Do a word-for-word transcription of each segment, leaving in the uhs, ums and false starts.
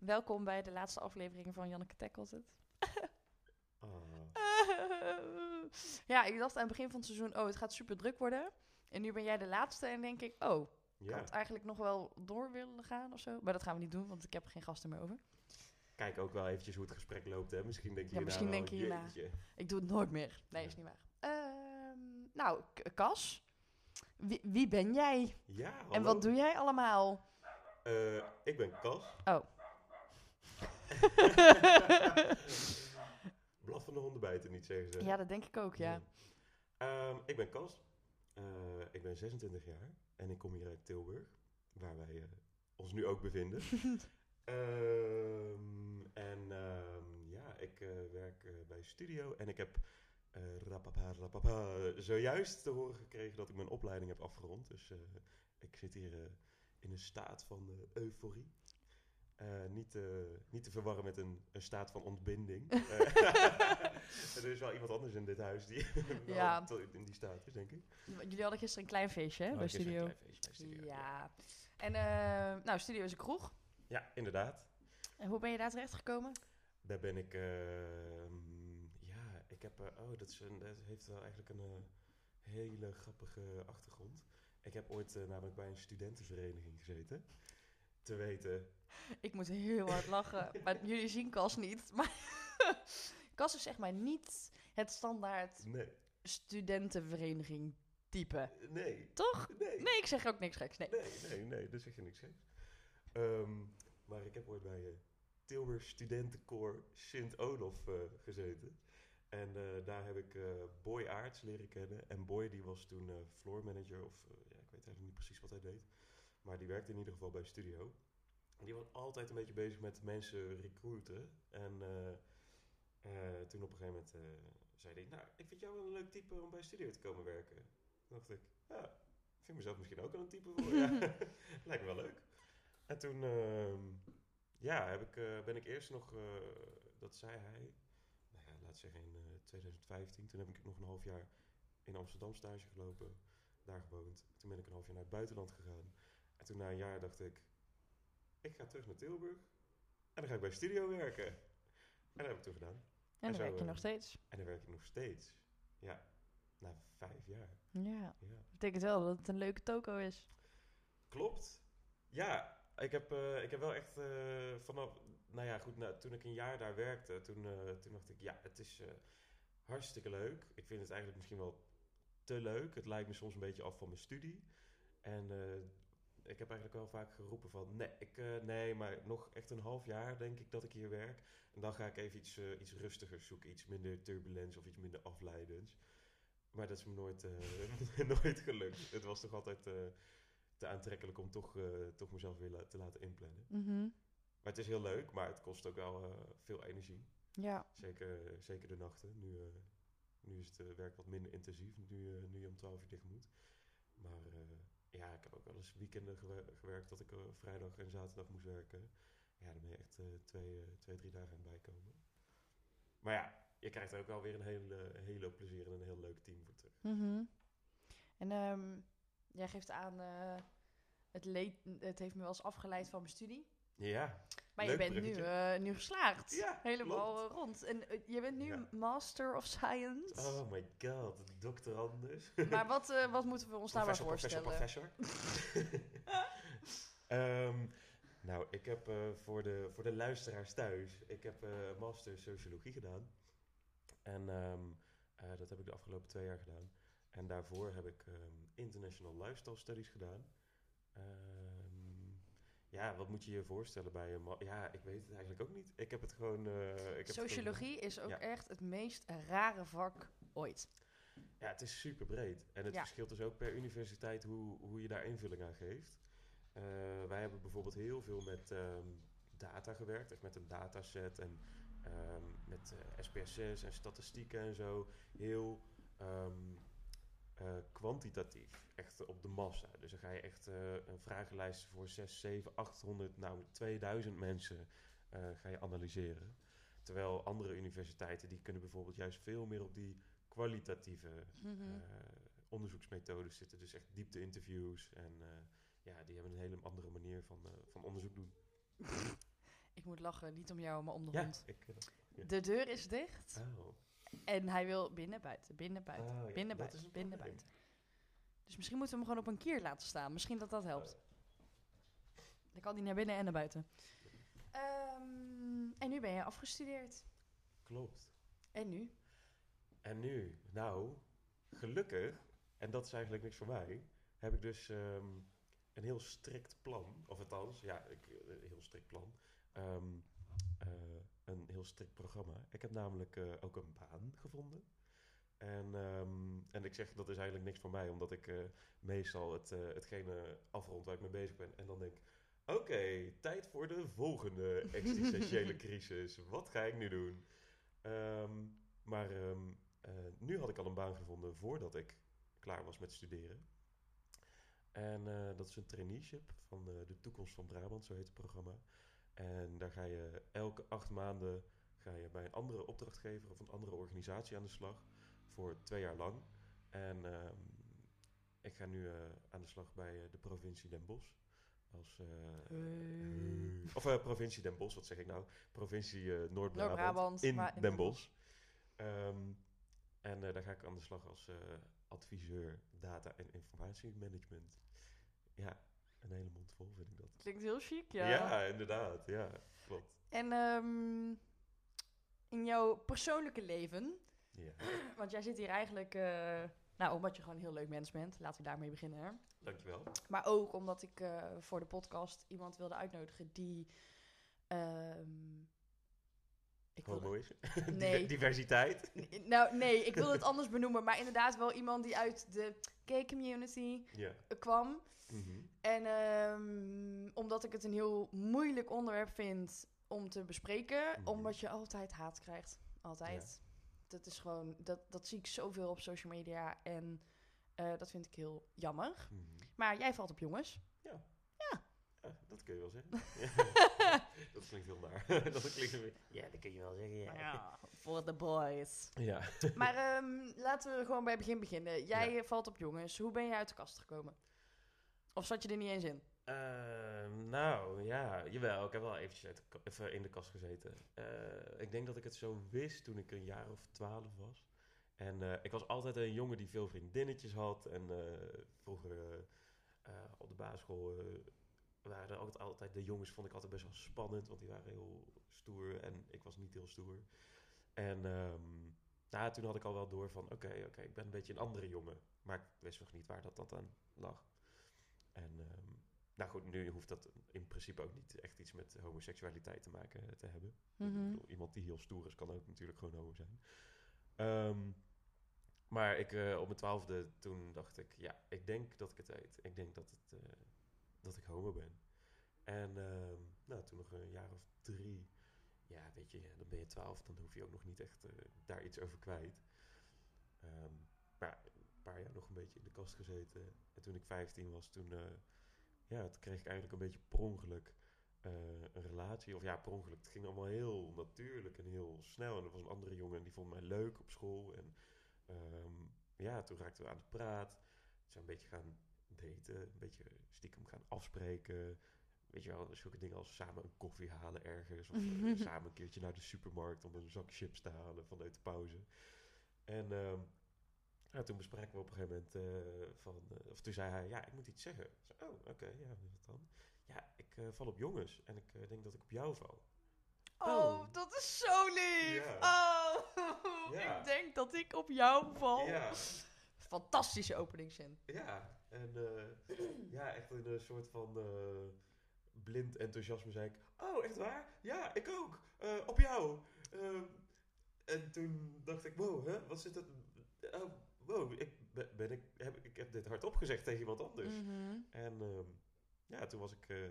Welkom bij de laatste aflevering van Janneke Tackles Het. Oh. Ja, ik dacht aan het begin van het seizoen, oh, het gaat super druk worden. En nu ben jij de laatste en denk ik, oh, ik Ja. had eigenlijk nog wel door willen gaan of zo. Maar dat gaan we niet doen, want ik heb er geen gasten meer over. Kijk ook wel eventjes hoe het gesprek loopt, hè. Misschien denk je Ja, hierna misschien wel, denk je hierna. jeetje. Ik doe het nooit meer. Nee, Ja. is niet waar. Ehm, nou, K- Cas, wie, wie ben jij? Ja, hallo. En wat doe jij allemaal? Eh, ik ben Cas. Oh. Blad van de honden bijten niet, zeggen ze. Ja, dat denk ik ook, ja. Ehm, ik ben Cas. Eh, ik ben zesentwintig jaar en ik kom hier uit Tilburg, waar wij eh, ons nu ook bevinden. Ehm, en ehm, ja, ik eh, werk eh, bij Studio en ik heb eh, rapapa, rapapa, zojuist te horen gekregen dat ik mijn opleiding heb afgerond. Dus eh, ik zit hier eh, in een staat van eh, euforie. Eh, niet, eh, niet te verwarren met een, een staat van ontbinding. Eh, er is wel iemand anders in dit huis die wel Ja. tot in die staat is, denk ik. Jullie hadden gisteren een klein feestje, hè, Oh, bij ik is een Studio. klein feestje bij Studio, Ja. En, eh, nou, Studio is een kroeg. Ja, inderdaad. En hoe ben je daar terecht gekomen? Daar ben ik, ehm, ja, ik heb, eh, oh, dat, is een, dat heeft wel eigenlijk een eh, hele grappige achtergrond. Ik heb ooit eh, namelijk bij een studentenvereniging gezeten. Te weten, Ik moet heel hard lachen, maar jullie zien Cas niet. Maar Cas is zeg maar niet het standaard nee, studentenvereniging type. nee, Toch? nee, Nee, ik zeg ook niks geks. Nee. nee, nee, nee, daar zeg je niks geks. Ehm, maar ik heb ooit bij uh, Tilburg Studentenkoor Sint-Olof uh, gezeten. En uh, daar heb ik uh, Boy Aarts leren kennen. En Boy die was toen uh, floor manager, of uh, ja, ik weet eigenlijk niet precies wat hij deed. Maar die werkte in ieder geval bij Studio. En die was altijd een beetje bezig met mensen recruiten. En uh, uh, toen op een gegeven moment uh, zei hij, nou, ik vind jou wel een leuk type om bij Studio te komen werken. Toen dacht ik, ja, ik vind mezelf misschien ook wel een type voor. Ja, lijkt me wel leuk. En toen uh, ja, heb ik, uh, ben ik eerst nog, uh, dat zei hij, nou ja, laat zeggen in uh, twintig vijftien. Toen heb ik nog een half jaar in Amsterdam stage gelopen, daar gewoond. Toen ben ik een half jaar naar het buitenland gegaan. En toen na een jaar dacht ik, ik ga terug naar Tilburg en dan ga ik bij Studio werken. En dat heb ik toen gedaan. En dan zo, werk je uh, nog steeds. En dan werk ik nog steeds. Ja, na vijf jaar. Ja, Ja. dat betekent wel dat het een leuke toko is. Klopt. Ja, ik heb, uh, ik heb wel echt uh, vanaf, nou ja goed, nou, toen ik een jaar daar werkte, toen, uh, toen dacht ik, ja, het is uh, hartstikke leuk. Ik vind het eigenlijk misschien wel te leuk. Het lijkt me soms een beetje af van mijn studie. En uh, ik heb eigenlijk wel vaak geroepen van, nee, ik, uh, nee, maar nog echt een half jaar denk ik dat ik hier werk. En dan ga ik even iets, uh, iets rustigers zoeken, iets minder turbulents of iets minder afleidends. Maar dat is me nooit, uh, nooit gelukt. Het was toch altijd uh, te aantrekkelijk om toch, uh, toch mezelf weer la- te laten inplannen. Mm-hmm. Maar het is heel leuk, maar het kost ook wel uh, veel energie. Ja. Zeker, uh, zeker de nachten. Nu, uh, nu is het uh, werk wat minder intensief, nu, uh, nu je om twaalf uur dicht moet. Maar uh, ja, ik heb ook wel eens weekenden gewer- gewerkt dat ik uh, vrijdag en zaterdag moest werken. Ja, dan ben je echt uh, twee, uh, twee, drie dagen aan het bijkomen. Maar ja, je krijgt er ook wel weer een hele, hele hoop plezier en een heel leuk team voor terug. Mm-hmm. En um, jij geeft aan, uh, het, leed, het heeft me wel eens afgeleid van mijn studie. Ja. Maar leuk je bent nu, uh, nu geslaagd. Ja, helemaal klopt. rond. En uh, je bent nu Ja. Master of Science. Oh my god, doctorandus. Maar wat, uh, wat moeten we ons daar maar voorstellen? Professor, professor. um, nou, ik heb uh, voor, de, voor de luisteraars thuis, ik heb uh, master sociologie gedaan. En um, uh, dat heb ik de afgelopen twee jaar gedaan. En daarvoor heb ik um, international lifestyle studies gedaan. Um, ja, wat moet je je voorstellen bij een... Ma- ja, ik weet het eigenlijk ook niet. Ik heb het gewoon... Uh, ik heb Sociologie het gewoon, is ook ja. echt het meest rare vak ooit. Ja, het is super breed. En het ja. verschilt dus ook per universiteit hoe, hoe je daar invulling aan geeft. Uh, wij hebben bijvoorbeeld heel veel met um, data gewerkt. Echt met een dataset en um, met uh, S P S S en statistieken en zo. Heel... Um, Uh, kwantitatief, echt op de massa. Dus dan ga je echt uh, een vragenlijst voor zes, zeven, achthonderd, nou tweeduizend mensen uh, ga je analyseren. Terwijl andere universiteiten die kunnen bijvoorbeeld juist veel meer op die kwalitatieve mm-hmm. uh, onderzoeksmethodes zitten. Dus echt diepte-interviews en uh, ja, die hebben een hele andere manier van, uh, van onderzoek doen. Ik moet lachen, niet om jou, maar om de Ja, hond. ik... eh, ja. De deur is dicht Oh. en hij wil binnen, buiten, binnen, buiten, Oh, ja, binnen, dat buiten, is een binnen, probleem. buiten. Dus misschien moeten we hem gewoon op een kier laten staan. Misschien dat dat helpt. Oh. Dan kan hij naar binnen en naar buiten. Ehm, en nu ben je afgestudeerd. Klopt. En nu? En nu, nou, gelukkig, en dat is eigenlijk niks voor mij, heb ik dus ehm, een heel strikt plan. Of althans, ja, ik, eh, een heel strikt plan. Ehm, eh, een heel strikt programma. Ik heb namelijk eh, ook een baan gevonden. En, ehm, en ik zeg, dat is eigenlijk niks voor mij, omdat ik eh, meestal het, eh, hetgene afrond waar ik mee bezig ben. En dan denk, oké, tijd voor de volgende existentiële crisis. Wat ga ik nu doen? Ehm, maar ehm, eh, nu had ik al een baan gevonden voordat ik klaar was met studeren. En eh, dat is een traineeship van eh, de toekomst van Brabant, zo heet het programma. En daar ga je elke acht maanden ga je bij een andere opdrachtgever of een andere organisatie aan de slag voor twee jaar lang. En ehm, ik ga nu eh, aan de slag bij eh, de provincie Den Bosch. Als, eh, Hey. Of eh, provincie Den Bosch, wat zeg ik nou? Provincie eh, Noord-Brabant Noord-Brabant, in maar in Den Den Bosch. Ehm, en eh, daar ga ik aan de slag als eh, adviseur data en informatiemanagement. Ja, een hele mond vol vind ik dat. Klinkt heel chic, ja. Ja, inderdaad. Ja, klopt. En ehm, in jouw persoonlijke leven, Ja. want jij zit hier eigenlijk, eh, nou, omdat je gewoon een heel leuk mens bent. Laten we daarmee beginnen, hè. Dankjewel. Maar ook omdat ik eh, voor de podcast iemand wilde uitnodigen die... ehm, ik wilde- Homo is. Nee. Diver- Diversiteit. N- Nou, nee, ik wilde het anders benoemen. Maar inderdaad wel iemand die uit de gay community Ja. eh, kwam. Mhm. En ehm, omdat ik het een heel moeilijk onderwerp vind om te bespreken. Mhm. Omdat je altijd haat krijgt. Altijd. Dat is gewoon, dat, dat zie ik zoveel op social media. En eh, dat vind ik heel jammer. Mhm. Maar jij valt op jongens. Ja. Ja. Ja, dat kun je wel zeggen. Dat klinkt heel naar. Dat klinkt een beetje... Ja, dat kun je wel zeggen, ja. Ja, voor de boys. Ja. Maar ehm, laten we gewoon bij het begin beginnen. Jij eh, valt op jongens. Hoe ben je uit de kast gekomen? Of zat je er niet eens in? Eh, nou, ja, jawel. Ik heb wel eventjes uit de ka- even in de kast gezeten. Eh, ik denk dat ik het zo wist toen ik een jaar of twaalf was. En eh, ik was altijd een jongen die veel vriendinnetjes had. En eh, vroeger eh, eh, op de basisschool eh, waren er altijd, altijd... De jongens vond ik altijd best wel spannend, want die waren heel stoer. En ik was niet heel stoer. En ehm, nou, toen had ik al wel door van... Oké, oké, ik ben een beetje een andere jongen. Maar ik wist nog niet waar dat, dat aan lag. En... ehm, nou goed, nu hoeft dat in principe ook niet echt iets met homoseksualiteit te maken te hebben. Mhm. Ik bedoel, iemand die heel stoer is, kan ook natuurlijk gewoon homo zijn. Ehm, maar ik, eh, op mijn twaalfde, toen dacht ik, ja, ik denk dat ik het weet. Ik denk dat, het, eh, dat ik homo ben. En ehm, nou, toen nog een jaar of drie, ja, weet je, dan ben je twaalf, dan hoef je ook nog niet echt eh, daar iets over kwijt. Ehm, maar een paar jaar nog een beetje in de kast gezeten. En toen ik vijftien was, toen... eh, ja, toen kreeg ik eigenlijk een beetje per ongeluk eh, een relatie. Of ja, per ongeluk. Het ging allemaal heel natuurlijk en heel snel. En er was een andere jongen en die vond mij leuk op school. En ehm, ja, toen raakten we aan de praat. Toen zijn we een beetje gaan daten. Een beetje stiekem gaan afspreken. Weet je wel, zulke dingen als samen een koffie halen ergens. Of eh, samen een keertje naar de supermarkt om een zak chips te halen vanuit de pauze. En... ehm, ja, toen bespraken we op een gegeven moment uh, van... Uh, of toen zei hij, ja, ik moet iets zeggen. Ik zei, oh, oké, okay, ja, wat dan? Ja, ik uh, val op jongens en ik uh, denk dat ik op jou val. Oh, oh. Dat is zo lief! Ja. Oh, ja. ik denk dat ik op jou val. Ja. Fantastische openingszin. Ja, en uh, ja, echt in een soort van uh, blind enthousiasme zei ik... Oh, echt waar? Ja, ik ook. Uh, op jou. Uh, en toen dacht ik, wow, hè, wat zit dat... Oh, wow, ik, ben ik, heb, ik heb dit hardop gezegd tegen iemand anders. Mm-hmm. En um, ja, toen was ik... Uh,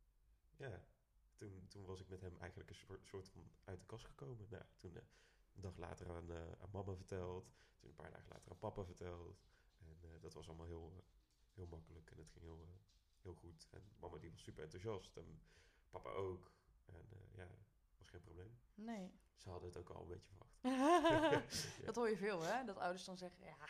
ja, toen, toen was ik met hem eigenlijk een soort, soort van uit de kast gekomen. Nou, toen uh, een dag later aan, uh, aan mama verteld. Toen een paar dagen later aan papa verteld. En uh, dat was allemaal heel, uh, heel makkelijk. En het ging heel, uh, heel goed. En mama die was super enthousiast. En papa ook. En uh, ja, was geen probleem. Nee. Ze hadden het ook al een beetje verwacht. Ja. Dat hoor je veel, hè? Dat ouders dan zeggen, ja...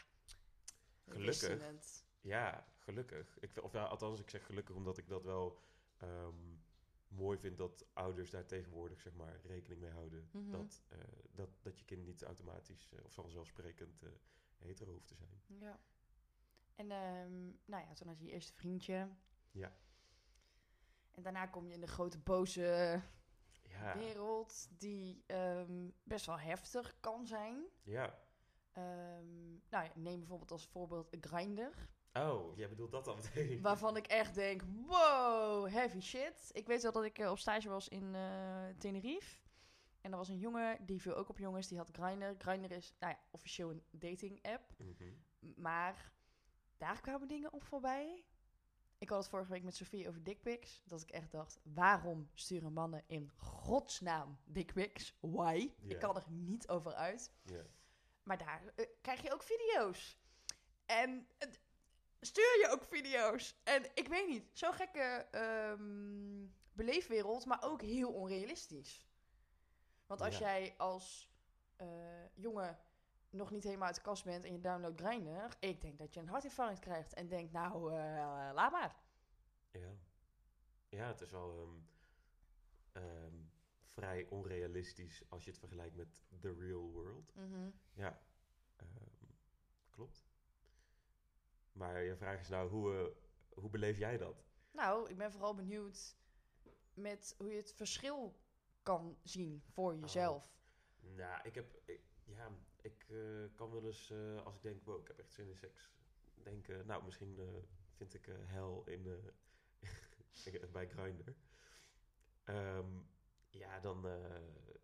Gelukkig. Ja, gelukkig. Ik, of ja, althans, ik zeg gelukkig omdat ik dat wel... Um, mooi vind dat ouders daar tegenwoordig zeg maar rekening mee houden. Mhm. Dat, eh, dat, dat je kind niet automatisch eh, of vanzelfsprekend eh, hetero hoeft te zijn. Ja. En ehm, nou ja, toen had je je eerste vriendje. Ja. En daarna kom je in de grote boze Ja. wereld die ehm, best wel heftig kan zijn. Ja. Ehm, nou ja, neem bijvoorbeeld als voorbeeld Grindr. Oh, jij bedoelt dat al meteen. Waarvan ik echt denk, wow, heavy shit. Ik weet wel dat ik eh, op stage was in eh, Tenerife. En er was een jongen, die viel ook op jongens, die had Grindr. Grindr is, nou ja, officieel een dating app. Mhm. Maar daar kwamen dingen op voorbij. Ik had het vorige week met Sofie over dickpics. Dat ik echt dacht, waarom sturen mannen in godsnaam dickpics? Why? Ja. Ik kan er niet over uit. Ja. Maar daar eh, krijg je ook video's. En eh, stuur je ook video's. En ik weet niet, zo'n gekke ehm, beleefwereld, maar ook heel onrealistisch. Want als Ja. jij als eh, jongen nog niet helemaal uit de kast bent en je downloadt Grindr, ik denk dat je een hartinfarct krijgt en denkt, nou, eh, laat maar. Ja. Ja, het is wel ehm, ehm, vrij onrealistisch als je het vergelijkt met the real world. Mhm. Ja, ehm, klopt. Maar je vraag is nou, hoe, eh, hoe beleef jij dat? Nou, ik ben vooral benieuwd met hoe je het verschil kan zien voor jezelf. Nou, ik heb... Ik, ja, ik eh, kan wel eens, eh, als ik denk, wow, ik heb echt zin in seks, denken, nou, misschien eh, vind ik eh, hel in, eh, bij Grindr. Ehm, ja, dan eh,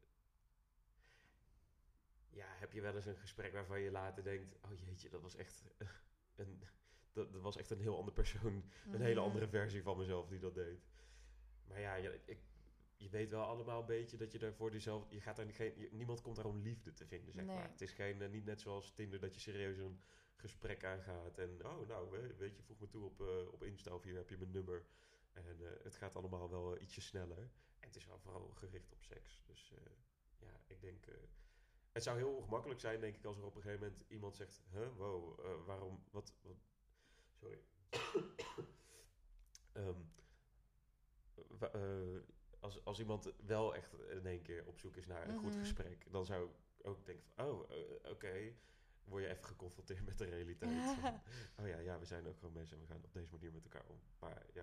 ja, heb je wel eens een gesprek waarvan je later denkt, oh jeetje, dat was echt eh, een, dat, dat was echt een heel ander persoon, een hele Mhm. andere versie van mezelf die dat deed. Maar ja, je, ik, je weet wel allemaal een beetje dat je daar voor jezelf, je gaat daar geen, je- niemand komt daar om liefde te vinden, zeg Nee. maar. Het is geen, eh, niet net zoals Tinder dat je serieus een gesprek aangaat en, oh nou, we- weet je, voeg me toe op, eh, op Insta of hier heb je mijn nummer. En eh, het gaat allemaal wel eh, ietsje sneller. En het is wel vooral gericht op seks. Dus eh, ja, ik denk, eh, het zou heel ongemakkelijk zijn, denk ik, als er op een gegeven moment iemand zegt, huh, wow, eh, waarom, wat, wat, sorry. Ehm, wa- eh, als, als iemand wel echt in één keer op zoek is naar een goed Mhm. gesprek, dan zou ik ook denken van, oh, eh, oké, word je even geconfronteerd met de realiteit. Van, oh ja, ja, we zijn ook gewoon mensen en we gaan op deze manier met elkaar om. Maar ja,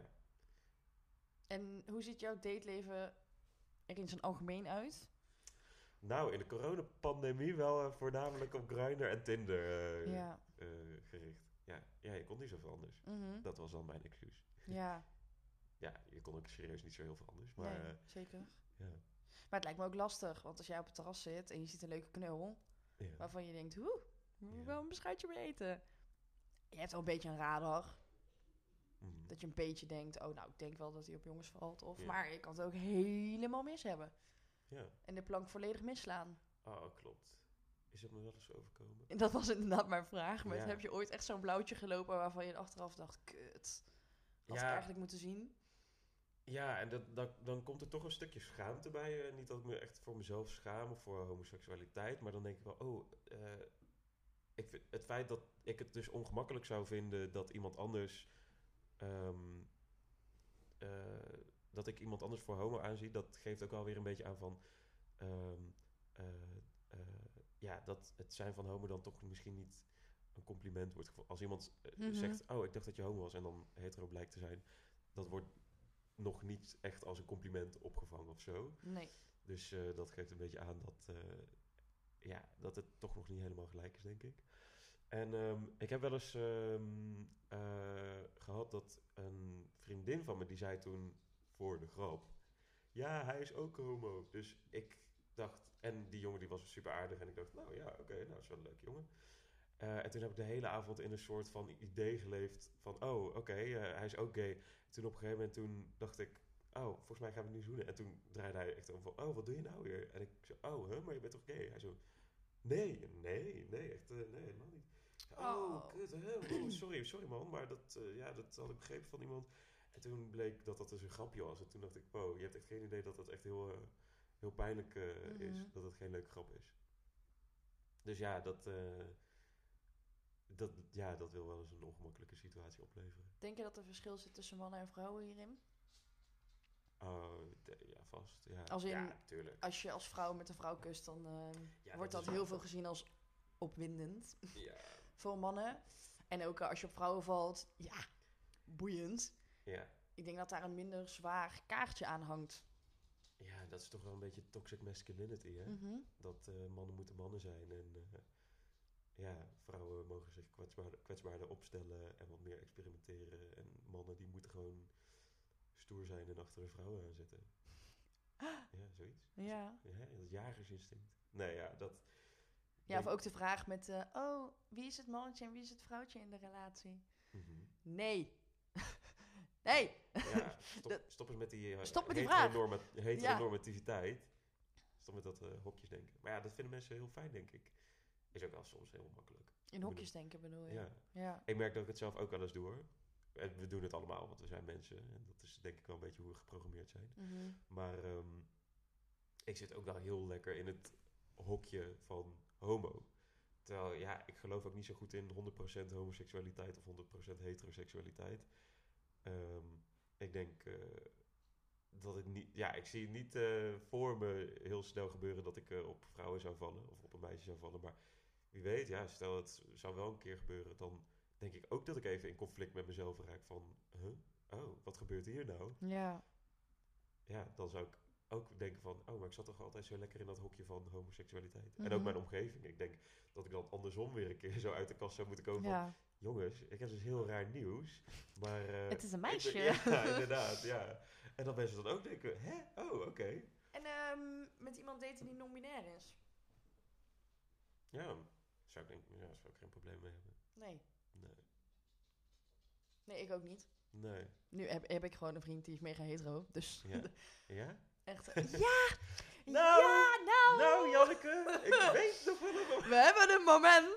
En hoe ziet jouw dateleven er in zijn algemeen uit? nou, in de coronapandemie wel eh, voornamelijk op Grindr en Tinder eh, Ja. eh, gericht. Ja, ja, je kon niet zoveel anders. Mhm. Dat was dan mijn excuus. Ja, Ja, je kon ook serieus niet zo heel veel anders. Maar nee, eh, zeker. ja, Maar het lijkt me ook lastig, want als jij op het terras zit en je ziet een leuke knul, ja. waarvan je denkt, hoe, moet ik Ja. wel een beschuitje mee eten? Je hebt wel een beetje een radar, Mhm. dat je een beetje denkt, oh nou, ik denk wel dat hij op jongens valt. Of, Ja. Maar je kan het ook helemaal mis hebben. Ja. En de plank volledig misslaan. Oh, klopt. Is het me wel eens overkomen? En dat was inderdaad mijn vraag. Maar Ja. heb je ooit echt zo'n blauwtje gelopen waarvan je achteraf dacht, kut, had ik Ja. eigenlijk moeten zien? Ja, en dat, dat, dan komt er toch een stukje schaamte bij. eh, niet dat ik me echt voor mezelf schaam of voor homoseksualiteit. Maar dan denk ik wel, oh, eh, ik vind, het feit dat ik het dus ongemakkelijk zou vinden dat iemand anders... ehm, eh, dat ik iemand anders voor homo aanzie, dat geeft ook wel weer een beetje aan van... ehm, eh, eh, ja, dat het zijn van homo dan toch misschien niet een compliment wordt gevonden. Als iemand eh, Mhm. zegt, oh, ik dacht dat je homo was en dan hetero blijkt te zijn, dat wordt nog niet echt als een compliment opgevangen of zo. Nee. Dus eh, dat geeft een beetje aan dat, eh, ja, dat het toch nog niet helemaal gelijk is, denk ik. En ehm, ik heb wel eens ehm, eh, gehad dat een vriendin van me, die zei toen voor de grap, ja, hij is ook homo. Dus ik dacht, en die jongen die was super aardig en ik dacht, nou ja, oké, nou is wel een leuk jongen. Eh, en toen heb ik de hele avond in een soort van idee geleefd van, oh, oké, eh, hij is ook gay. En toen op een gegeven moment toen dacht ik, oh, volgens mij gaan we nu zoenen. En toen draaide hij echt om van, oh, wat doe je nou weer? En ik zo, oh, huh, maar je bent toch gay? Hij zo, nee, nee, nee, echt, eh, nee, helemaal niet. Oh, Oh. kut, hè? Oh, sorry, sorry man, maar dat, eh, ja, dat had ik begrepen van iemand. En toen bleek dat dat dus een grapje was. En toen dacht ik, wow, je hebt echt geen idee dat dat echt heel, eh, heel pijnlijk eh, is. Mhm. Dat het geen leuke grap is. Dus ja, dat, eh, dat, ja, dat wil wel eens een ongemakkelijke situatie opleveren. Denk je dat er verschil zit tussen mannen en vrouwen hierin? Oh, de- ja, vast. Ja, Als in- ja, tuurlijk. Als je als vrouw met een vrouw kust, dan eh, Ja, wordt dat dat is wel heel veel zo. gezien als opwindend Ja, voor mannen. En ook eh, als je op vrouwen valt, ja, boeiend. ja. Ik denk dat daar een minder zwaar kaartje aan hangt. Ja, dat is toch wel een beetje toxic masculinity, hè? Mhm. Dat eh, mannen moeten mannen zijn en eh, ja, vrouwen mogen zich kwetsbaarder, kwetsbaarder opstellen en wat meer experimenteren. En mannen die moeten gewoon stoer zijn en achter een vrouw aan zitten. Ja, zoiets. Ja. Ja, dat jagersinstinct. Nee, ja, dat... Ja, of denk- ook de vraag met, eh, oh, wie is het mannetje en wie is het vrouwtje in de relatie? Mhm. Nee. nee. Ja, stop, Dat- stop eens met die, eh, Stop met die vraag. heteronorma- heteronormativiteit. Stop met dat eh, hokjes denken. Maar ja, dat vinden mensen heel fijn, denk ik. Is ook wel soms heel makkelijk. In hokjes denken bedoel je? Ja. Ja. Ik merk dat ik het zelf ook wel eens doe, hoor. En we doen het allemaal, want we zijn mensen. En dat is denk ik wel een beetje hoe we geprogrammeerd zijn. Mhm. Maar ehm, ik zit ook wel heel lekker in het hokje van homo. Terwijl, ja, ik geloof ook niet zo goed in honderd procent homoseksualiteit of honderd procent heteroseksualiteit. Ehm, ik denk eh, dat ik niet... Ja, ik zie het niet eh, voor me heel snel gebeuren dat ik eh, op vrouwen zou vallen. Of op een meisje zou vallen. Maar wie weet, ja, stel het zou wel een keer gebeuren, dan denk ik ook dat ik even in conflict met mezelf raak van... Huh? Oh, wat gebeurt hier nou? Ja. Ja, dan zou ik ook denken van... Oh, maar ik zat toch altijd zo lekker in dat hokje van homoseksualiteit. En Mhm. ook mijn omgeving. Ik denk dat ik dan andersom weer een keer zo uit de kast zou moeten komen van... Ja. Jongens, ik heb dus heel raar nieuws. Maar... eh, Het is een ik ben- meisje. ja, inderdaad, ja. En dat mensen dan ook denken... Hè? Oh, oké. En ehm, met iemand daten die non-binair is? Ja, zou ik denk, ja, zou ik geen probleem mee hebben. Nee. Nee. Nee, ik ook niet. Nee. Nu heb, heb ik gewoon een vriend die is mega hetero. Dus Ja. Ja? echt... eh, ja! Nou, ja, nou! Nou, Janneke, ik weet nog wel een moment. We hebben een moment!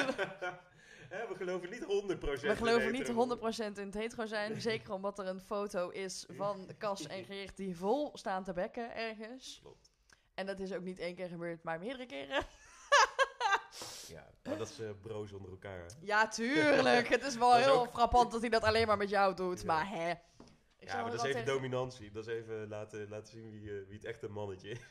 Hè, we geloven niet honderd procent We geloven in niet hetero. honderd procent in het hetero zijn. Zeker omdat er een foto is van Cas en Geert die vol staan te bekken ergens. Klopt. En dat is ook niet één keer gebeurd, maar meerdere keren. Ja, maar dat is eh broos onder elkaar. Hè? Ja, tuurlijk. Het is wel Dat is heel ook- frappant dat hij dat alleen maar met jou doet. Ja. Maar hè. Ik Ja, zou maar er dat is wel even tegen- dominantie. Dat is even laten, laten zien wie, eh, wie het echte mannetje is.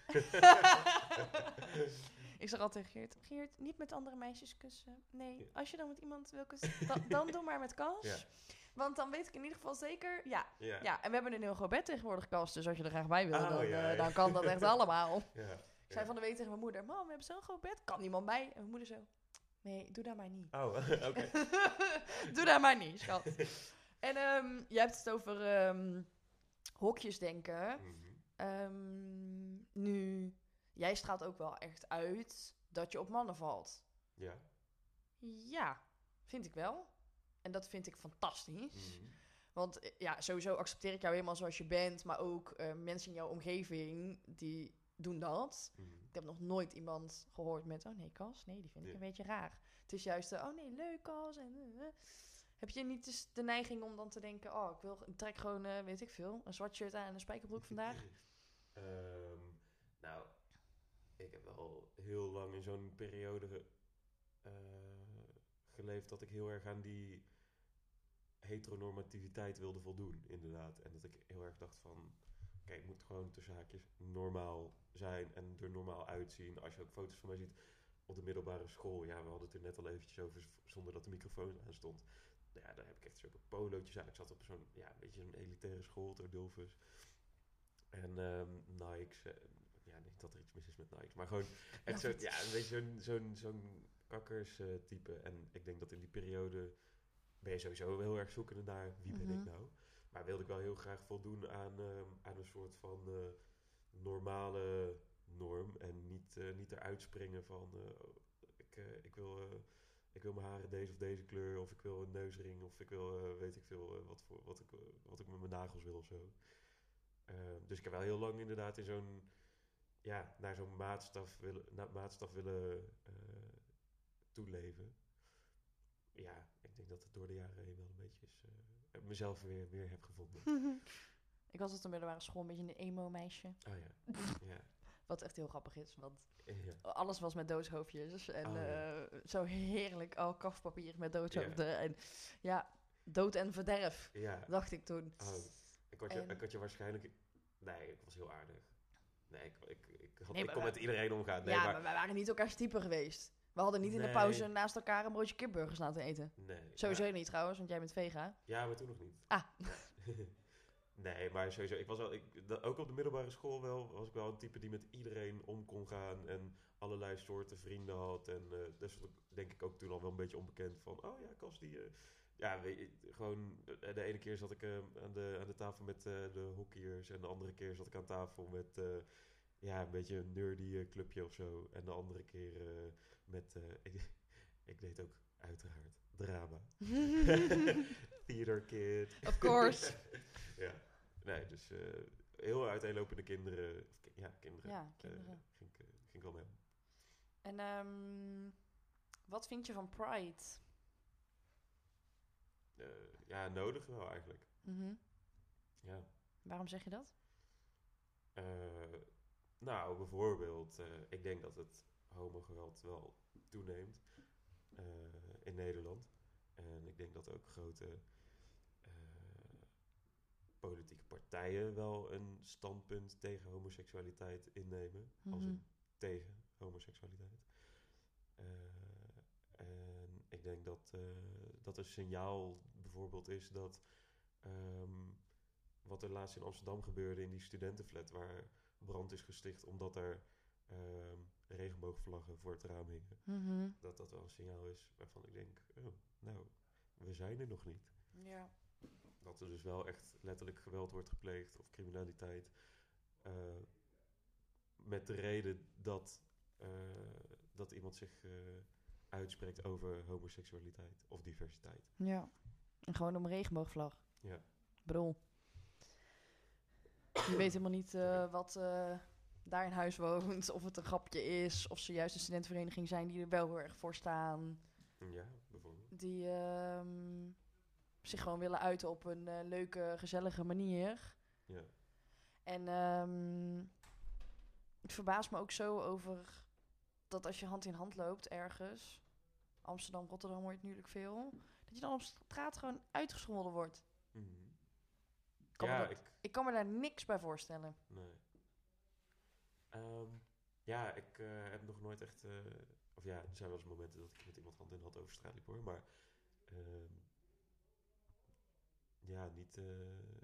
Ik zeg altijd tegen Geert, Geert, niet met andere meisjes kussen. Nee, Ja. als je dan met iemand wil kussen, dan, dan doe maar met Cas. Ja. Want dan weet ik in ieder geval zeker, ja. Ja. Ja, en we hebben een heel groot bed tegenwoordig, Cas. Dus als je er graag bij wil, Oh, dan, ja, eh, ja. dan kan dat echt allemaal. Ja. Ik zei van de week tegen mijn moeder, mam, we hebben zo'n groot bed, kan niemand bij? En mijn moeder zo, nee, doe daar maar niet. Oh, oké. Doe daar maar niet, schat. En ehm jij hebt het over ehm, hokjes denken. Mhm. Ehm, nu, jij straalt ook wel echt uit dat je op mannen valt. Ja. Ja, vind ik wel. En dat vind ik fantastisch. Mhm. Want eh, ja, sowieso accepteer ik jou helemaal zoals je bent. Maar ook eh, mensen in jouw omgeving, die doen dat. Mhm. Ik heb nog nooit iemand gehoord met, oh nee, Cas, nee, die vind ik Ja. een beetje raar. Het is juist, eh, oh nee, leuk, Cas. En, eh, eh. Heb je niet eens de neiging om dan te denken, oh, ik, wil, ik trek gewoon, eh, weet ik veel, een zwart shirt aan en een spijkerbroek vandaag? Ehm, nou, ik heb wel heel lang in zo'n periode eh, geleefd dat ik heel erg aan die heteronormativiteit wilde voldoen, inderdaad. En dat ik heel erg dacht van, oké, ik moet gewoon tussen haakjes normaal zijn en er normaal uitzien. Als je ook foto's van mij ziet op de middelbare school, ja, we hadden het er net al eventjes over, z- zonder dat de microfoon aan stond. Nou ja, daar heb ik echt zulke polootjes aan. Ik zat op zo'n, ja, een beetje zo'n elitaire school, ter Dulfus. En ehm Nikes, eh, ja, niet dat er iets mis is met Nikes, maar gewoon echt zo, het. ja, een beetje zo'n, zo'n, zo'n kakkers eh, type. En ik denk dat in die periode ben je sowieso heel erg zoekende naar wie ben Mhm. ik nou. Maar wilde ik wel heel graag voldoen aan, ehm, aan een soort van eh, normale norm. En niet, eh, niet eruit springen van, eh, oh, ik, eh, ik, wil, eh, ik wil mijn haren deze of deze kleur. Of ik wil een neusring. Of ik wil, eh, weet ik veel, eh, wat, voor, wat, ik, eh, wat ik met mijn nagels wil of zo. Eh, dus ik heb wel heel lang inderdaad in zo'n, ja, naar zo'n maatstaf willen, na, maatstaf willen eh, toeleven. Ja, ik denk dat het door de jaren heen wel een beetje is, eh, mezelf weer, weer heb gevonden. Ik was op de middelbare school een beetje een emo-meisje. Oh ja, ja, Wat echt heel grappig is, want ja. alles was met doodshoofdjes. En Oh, ja. eh, zo heerlijk, al kafpapier met doodshoofden. En ja, dood en verderf, Ja, dacht ik toen. oh, ik, had je, En- ik had je waarschijnlijk Nee, ik was heel aardig. Nee, ik, ik, ik, had, Nee, ik maar kon we- met iedereen omgaan. Nee, ja, maar... maar... wij waren niet elkaars type geweest. We hadden niet in de Nee. pauze naast elkaar een broodje kipburgers laten eten. Nee. Sowieso maar- niet trouwens, want jij bent vega. Ja, maar toen nog niet. Ah. Nee, maar sowieso. Ik was wel, ik, dat- ook op de middelbare school wel, was ik wel een type die met iedereen om kon gaan. En allerlei soorten vrienden had. En uh, dat is denk ik ook toen al wel een beetje onbekend van... Oh ja, Cas die... Uh, ja, weet je, gewoon... Uh, de ene keer zat ik uh, aan, de, aan de tafel met uh, de hockeyers. En de andere keer zat ik aan tafel met... Uh, ja, een beetje een nerdy uh, clubje of zo. En de andere keer uh, met... Uh, ik, ik deed ook uiteraard drama. Theater kid. Of course. Ja. Nee, dus uh, heel uiteenlopende kinderen. Of ki- ja, kinderen. Ja, kinderen. Uh, ging, ik, uh, ging ik wel mee. En um, wat vind je van Pride? Uh, ja, nodig wel eigenlijk. Mm-hmm. Ja. Waarom zeg je dat? Uh, nou, bijvoorbeeld, uh, ik denk dat het homogeweld wel toeneemt uh, in Nederland. En ik denk dat ook grote uh, politieke partijen wel een standpunt tegen homoseksualiteit innemen. Mm-hmm. Als een tegen homoseksualiteit. Uh, en ik denk dat, uh, dat een signaal bijvoorbeeld is dat um, wat er laatst in Amsterdam gebeurde in die studentenflat waar brand is gesticht omdat er um, regenboogvlaggen voor het raam hingen. Mm-hmm. Dat dat wel een signaal is waarvan ik denk, oh, nou, we zijn er nog niet. Ja. Dat er dus wel echt letterlijk geweld wordt gepleegd of criminaliteit. Uh, met de reden dat, uh, dat iemand zich uh, uitspreekt over homoseksualiteit of diversiteit. Ja, en gewoon om een regenboogvlag. Ja. Ik bedoel, je weet helemaal niet uh, wat uh, daar in huis woont, of het een grapje is, of ze juist een studentenvereniging zijn die er wel heel erg voor staan. Ja, bijvoorbeeld. Die uh, zich gewoon willen uiten op een uh, leuke, gezellige manier. Ja. En um, het verbaast me ook zo over dat als je hand in hand loopt ergens, Amsterdam, Rotterdam hoor je het natuurlijk veel, dat je dan op straat gewoon uitgescholden wordt. Mm-hmm. Kan ja, dat, ik... ik kan me daar niks bij voorstellen. Nee. Um, ja, ik uh, heb nog nooit echt... Uh, of ja, er zijn wel eens momenten dat ik met iemand hand in hand over straat liep hoor, maar... Um, ja, niet... Uh,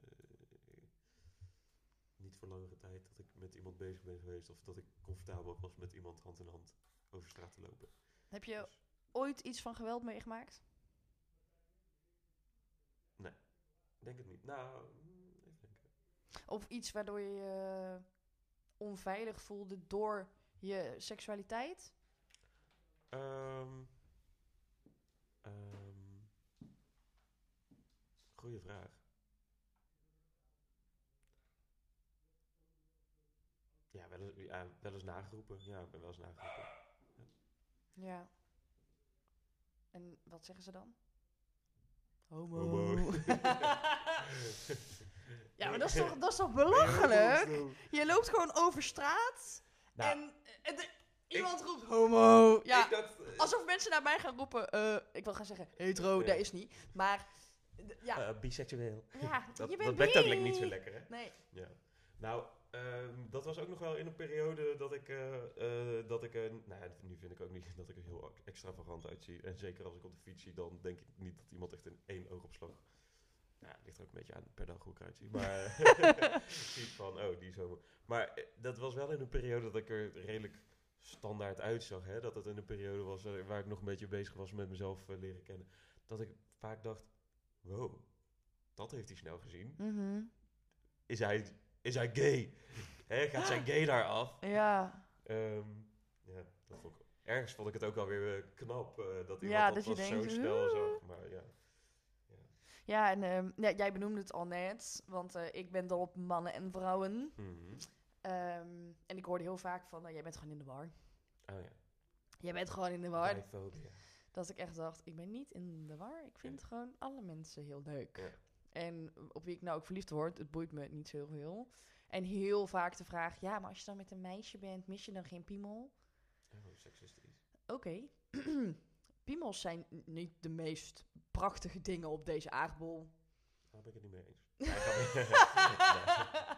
niet voor langere tijd dat ik met iemand bezig ben geweest of dat ik comfortabel was met iemand hand in hand over straat te lopen. Heb je dus. ooit iets van geweld meegemaakt? Nee, denk het niet. Nou, even denken. Of iets waardoor je je onveilig voelde door je seksualiteit? Um, um, goeie vraag. Ja, wel eens, ja, wel eens nageroepen. Ja, ik ben wel eens nageroepen. Ja. Ja. En wat zeggen ze dan? Homo. Homo. Ja, maar dat is toch, dat is toch belachelijk? Je loopt gewoon over straat nou, en, en de, iemand ik, roept homo. Ja, ik dat, uh, alsof mensen naar mij gaan roepen, uh, ik wil gaan zeggen hetero, ja. dat is niet. Maar, d- ja. Uh, biseksueel. Ja, dat je bent dat bekt ook bi. niet zo lekker, hè? Nee. Ja. Nou, um, dat was ook nog wel in een periode dat ik, uh, uh, dat ik, uh, nou ja, nu vind ik ook niet dat ik er heel extravagant uitzie. En zeker als ik op de fiets zie, dan denk ik niet dat iemand echt in één oogopslag, ja, het ligt er ook een beetje aan per dag hoe ik eruit zie, maar ziet van, oh, die is homo. Maar uh, dat was wel in een periode dat ik er redelijk standaard uitzag, hè. Dat het in een periode was uh, waar ik nog een beetje bezig was met mezelf uh, leren kennen. Dat ik vaak dacht, wow, dat heeft hij snel gezien. Mm-hmm. Is hij... Is hij gay? Hè, gaat zijn gay daar af? Ja. Um, ja, dat vond ik, ergens vond ik het ook wel weer uh, knap uh, dat iemand Ja, dat, dat je was denkt, zo snel "Oeh." zag. Maar ja. Ja, Ja, en um, ja, jij benoemde het al net, want uh, ik ben dol op mannen en vrouwen. mm-hmm. Um, en ik hoorde heel vaak van, uh, jij bent gewoon in de war. Oh ja. Jij bent gewoon in de war. Bijfobia. Dat ik echt dacht, ik ben niet in de war. Ik vind Ja. gewoon alle mensen heel leuk. Ja. En op wie ik nou ook verliefd word, het boeit me niet zo heel veel. En heel vaak de vraag, ja, maar als je dan met een meisje bent, mis je dan geen piemel? Oh, seksistisch. Oké. Okay. Piemels zijn n- niet de meest prachtige dingen op deze aardbol. Daar ben ik het niet mee eens. Nee,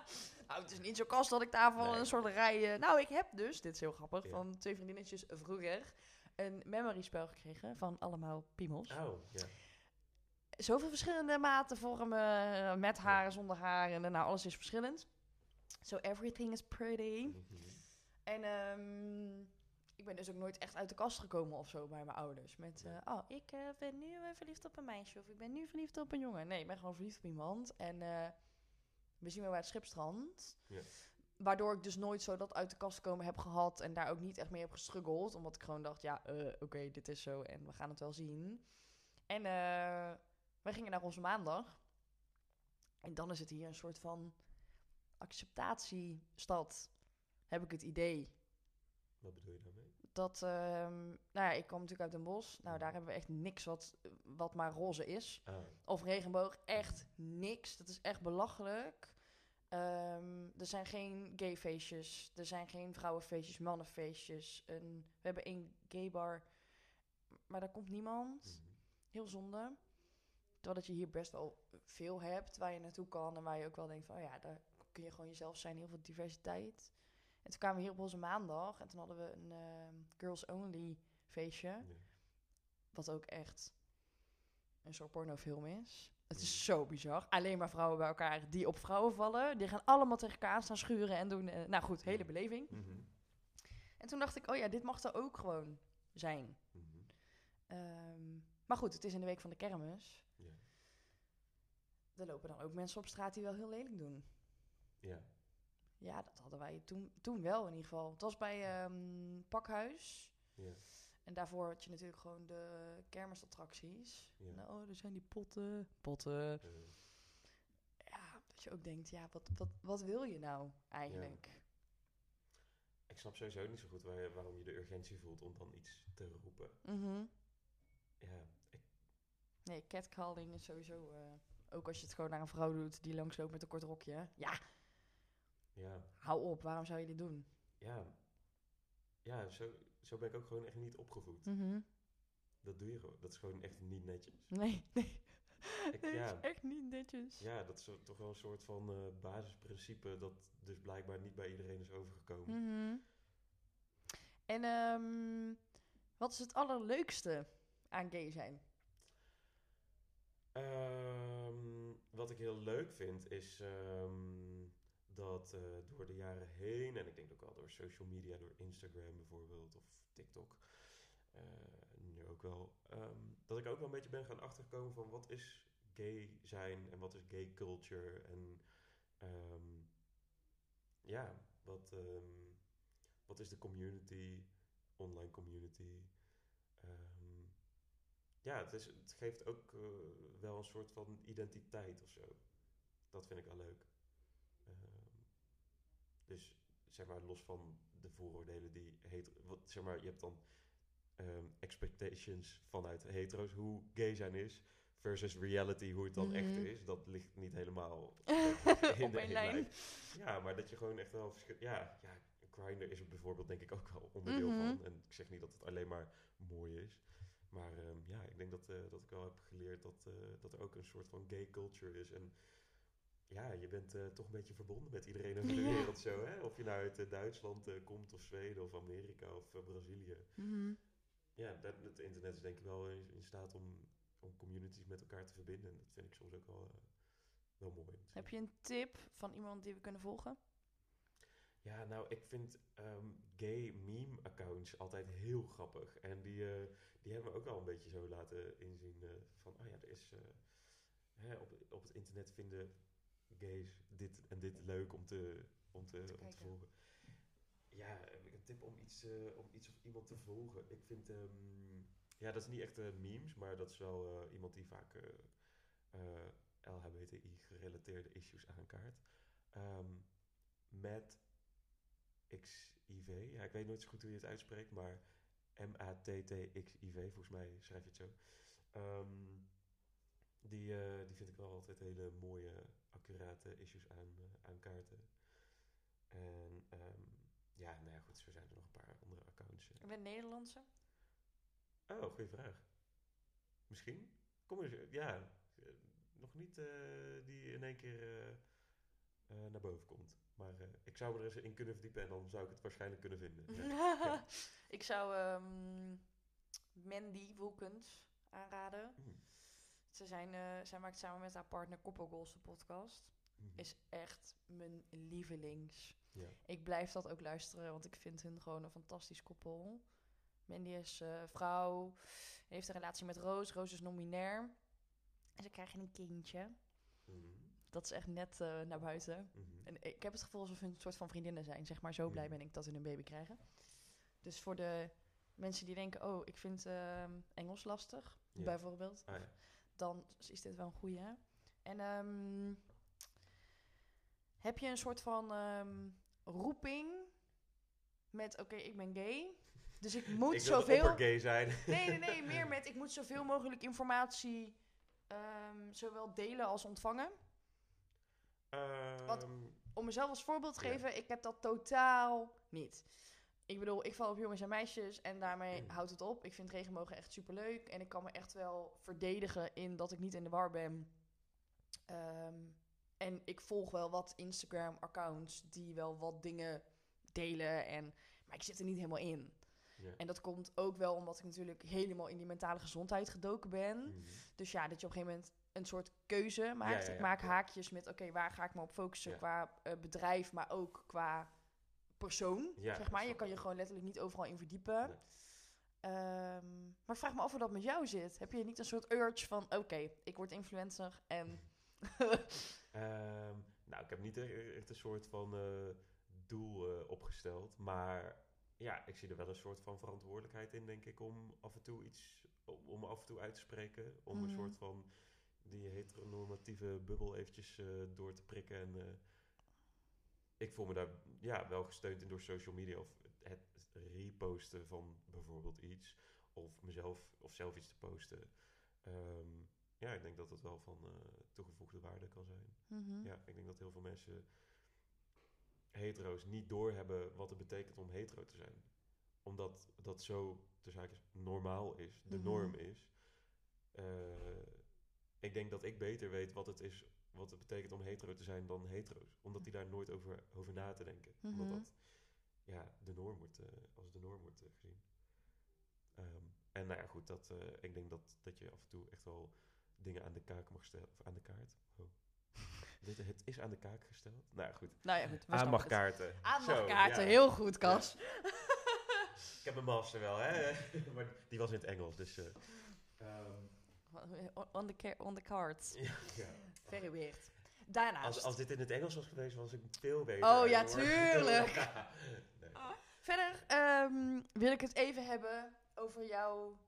Nou, het is niet zo kast dat ik daarvan Nee. een soort rij... eh, nou, ik heb dus, dit is heel grappig, Ja. van twee vriendinnetjes vroeger een memory spel gekregen van allemaal piemels. Oh, ja. Zoveel verschillende maten, vormen, eh, met haar, zonder haar. En nou, alles is verschillend. So everything is pretty. Mhm. En ehm, ik ben dus ook nooit echt uit de kast gekomen of zo bij mijn ouders. Met, Nee. eh, oh, ik eh, ben nu eh, verliefd op een meisje of ik ben nu verliefd op een jongen. Nee, ik ben gewoon verliefd op iemand. En eh, we zien wel bij het schipstrand. Ja. Waardoor ik dus nooit zo dat uit de kast komen heb gehad. En daar ook niet echt mee heb gestruggeld. Omdat ik gewoon dacht, ja, eh, oké, dit is zo en we gaan het wel zien. En eh, wij gingen naar onze maandag. En dan is het hier een soort van acceptatiestad, heb ik het idee. Wat bedoel je daarmee? Dat, ehm, nou ja, ik kwam natuurlijk uit Den Bosch. Nou, daar hebben we echt niks wat, wat maar roze is. Ah, Of regenboog, echt niks. Dat is echt belachelijk. Ehm, er zijn geen gay feestjes. Er zijn geen vrouwenfeestjes, mannenfeestjes. Een, we hebben één gay bar, maar daar komt niemand. mhm. Heel zonde. Terwijl dat je hier best wel veel hebt waar je naartoe kan. En waar je ook wel denkt van, oh ja, daar kun je gewoon jezelf zijn. Heel veel diversiteit. En toen kwamen we hier op onze maandag. En toen hadden we een ehm, girls only feestje. Ja. Wat ook echt een soort pornofilm is. Het is zo bizar. Alleen maar vrouwen bij elkaar die op vrouwen vallen. Die gaan allemaal tegen elkaar aan staan schuren en doen. eh, nou goed, hele beleving. Mhm. En toen dacht ik, oh ja, dit mag er ook gewoon zijn. Mhm. Ehm, maar goed, het is in de week van de kermis. Ja. Er lopen dan ook mensen op straat die wel heel lelijk doen. Ja. Ja, dat hadden wij toen, toen wel in ieder geval. Het was bij ehm, Pakhuis. Ja. En daarvoor had je natuurlijk gewoon de kermisattracties. Ja. Nou, oh, er zijn die potten. Potten. Eh, Ja, dat je ook denkt, ja, wat, wat, wat wil je nou eigenlijk? ik snap sowieso niet zo goed waar, waarom je de urgentie voelt om dan iets te roepen. Mhm. Ja, ik, Nee, catcalling is sowieso... eh, ook als je het gewoon naar een vrouw doet die langsloopt met een kort rokje. Ja, ja, hou op, waarom zou je dit doen? ja, ja zo, zo ben ik ook gewoon echt niet opgevoed. Mhm. Dat doe je gewoon. Dat is gewoon echt niet netjes. Nee, nee. Ik- Nee, ja. is echt niet netjes. Ja, dat is zo- toch wel een soort van eh, basisprincipe dat dus blijkbaar niet bij iedereen is overgekomen. Mhm. En ehm, wat is het allerleukste aan gay zijn? Ehm, wat ik heel leuk vind is ehm, dat eh, door de jaren heen, en ik denk ook wel door social media, door Instagram bijvoorbeeld of TikTok, eh, nu ook wel, ehm, dat ik ook wel een beetje ben gaan achterkomen van wat is gay zijn en wat is gay culture en ehm, ja, wat, ehm, wat is de community, online community. Ehm, ja, het, is, het geeft ook eh, wel een soort van identiteit of zo. Dat vind ik wel leuk. Ehm, dus zeg maar, los van de vooroordelen die heter, wat, zeg maar, je hebt dan ehm, expectations vanuit hetero's hoe gay zijn is, versus reality hoe het dan echt Mhm. is. Dat ligt niet helemaal Op één lijn. Ja, maar dat je gewoon echt wel verschil. Ja, ja, Grindr is er bijvoorbeeld denk ik ook wel onderdeel Mhm. van. En ik zeg niet dat het alleen maar mooi is. Maar ehm, ja, ik denk dat, eh, dat ik wel heb geleerd dat, eh, dat er ook een soort van gay culture is. En ja, je bent eh, toch een beetje verbonden met iedereen over de Ja. wereld zo, hè? Of je nou uit eh, Duitsland eh, komt, of Zweden, of Amerika, of eh, Brazilië. Mhm. Ja, dat, het internet is denk ik wel in, in staat om, om communities met elkaar te verbinden. En dat vind ik soms ook wel, eh, wel mooi. om te zien. Heb je een tip van iemand die we kunnen volgen? Ja, nou, ik vind ehm, gay meme accounts altijd heel grappig. En die, eh, die hebben me ook wel een beetje zo laten inzien eh, van, oh ja, er is eh, hè, op, op het internet vinden gays dit en dit leuk om te, om te, te om te kijken. volgen. Ja, heb ik een tip om iets, eh, om iets of iemand te volgen? Ik vind, ehm, ja, dat is niet echt eh, memes, maar dat is wel eh, iemand die vaak eh, eh, L H B T I-gerelateerde issues aankaart. Ehm Matt X I V. Ja, ik weet nooit zo goed hoe je het uitspreekt, maar M A T T X I V, volgens mij schrijf je het zo. Ehm, die, eh, die vind ik wel altijd hele mooie, accurate issues aan, eh, aankaarten. En ehm, ja, nou ja, goed, zo zijn er nog een paar andere accounts. eh. Ik ben Nederlandse. Oh, goede vraag. Misschien? Kom eens, ja, eh, nog niet eh, die in één keer... eh, uh, naar boven komt. Maar uh, ik zou me er eens in kunnen verdiepen en dan zou ik het waarschijnlijk kunnen vinden. Ja. Ja. Ik zou um, Mandy Wilkens aanraden. Mm. Ze zijn, uh, zij maakt samen met haar partner Koppelgoals de podcast. Mm. Is echt mijn lievelings. Ja. Ik blijf dat ook luisteren, want ik vind hun gewoon een fantastisch koppel. Mandy is uh, vrouw, heeft een relatie met Roos. Roos is non-binair. En ze krijgen een kindje. Mm. Dat is echt net uh, naar buiten. Mm-hmm. En ik heb het gevoel alsof hun een soort van vriendinnen zijn. Zeg maar, zo blij mm. ben ik dat hun een baby krijgen. Dus voor de mensen die denken, oh, ik vind uh, Engels lastig, ja. bijvoorbeeld. Ah, ja. Dan is dit wel een goeie. En um, heb je een soort van um, roeping met, oké, okay, ik ben gay. Dus ik moet ik zoveel... Ik gay zijn. Nee, nee, nee. Meer met, ik moet zoveel mogelijk informatie um, zowel delen als ontvangen. Um, Want om mezelf als voorbeeld te geven, yeah. ik heb dat totaal niet. Ik bedoel, ik val op jongens en meisjes en daarmee mm. houdt het op. Ik vind regenbogen echt superleuk en ik kan me echt wel verdedigen in dat ik niet in de war ben. Um, en ik volg wel wat Instagram-accounts die wel wat dingen delen, en, maar ik zit er niet helemaal in. Yeah. En dat komt ook wel omdat ik natuurlijk helemaal in die mentale gezondheid gedoken ben. Mm. Dus ja, dat je op een gegeven moment een soort keuze maakt. Ja, ja, ja, ik maak ja. haakjes met, oké, okay, waar ga ik me op focussen ja. qua uh, bedrijf, maar ook qua persoon, ja, zeg maar. Je kan je gewoon letterlijk niet overal in verdiepen. Nee. Um, maar ik vraag me af hoe dat met jou zit. Heb je niet een soort urge van, oké, okay, ik word influencer en... um, nou, ik heb niet echt een soort van uh, doel uh, opgesteld, maar ja, ik zie er wel een soort van verantwoordelijkheid in, denk ik, om af en toe iets, om af en toe uit te spreken, om mm-hmm. een soort van die heteronormatieve bubbel eventjes uh, door te prikken en... Uh, ik voel me daar ja, wel gesteund in door social media of het reposten van bijvoorbeeld iets. Of mezelf of zelf iets te posten. Um, ja, ik denk dat dat wel van uh, toegevoegde waarde kan zijn. Mm-hmm. Ja, ik denk dat heel veel mensen hetero's niet doorhebben wat het betekent om hetero te zijn. Omdat dat zo, tussen haakjes, normaal is, de mm-hmm. norm is. Uh, ik denk dat ik beter weet wat het is... wat het betekent om hetero te zijn dan hetero's. Omdat die daar nooit over, over na te denken. Mm-hmm. Omdat dat ja, de norm wordt, uh, als de norm wordt uh, gezien. Um, en nou ja, goed, dat, uh, ik denk dat, dat je af en toe echt wel dingen aan de kaak mag stellen. Of aan de kaart. Oh. Dit, het is aan de kaak gesteld. Nou ja, goed. Nou ja, goed. Aanmachtkaarten. Aanmachtkaarten, ja. Heel goed, Cas. Ja. Ik heb mijn master wel, hè. Maar die was in het Engels, dus... Uh, um, on, the ca- on the cards. Ja, ja. Very weird. Daarnaast. Als, als dit in het Engels was geweest, was ik veel beter. Oh ja, hoor. Tuurlijk. Nee. Ah. Verder um, wil ik het even hebben over jouw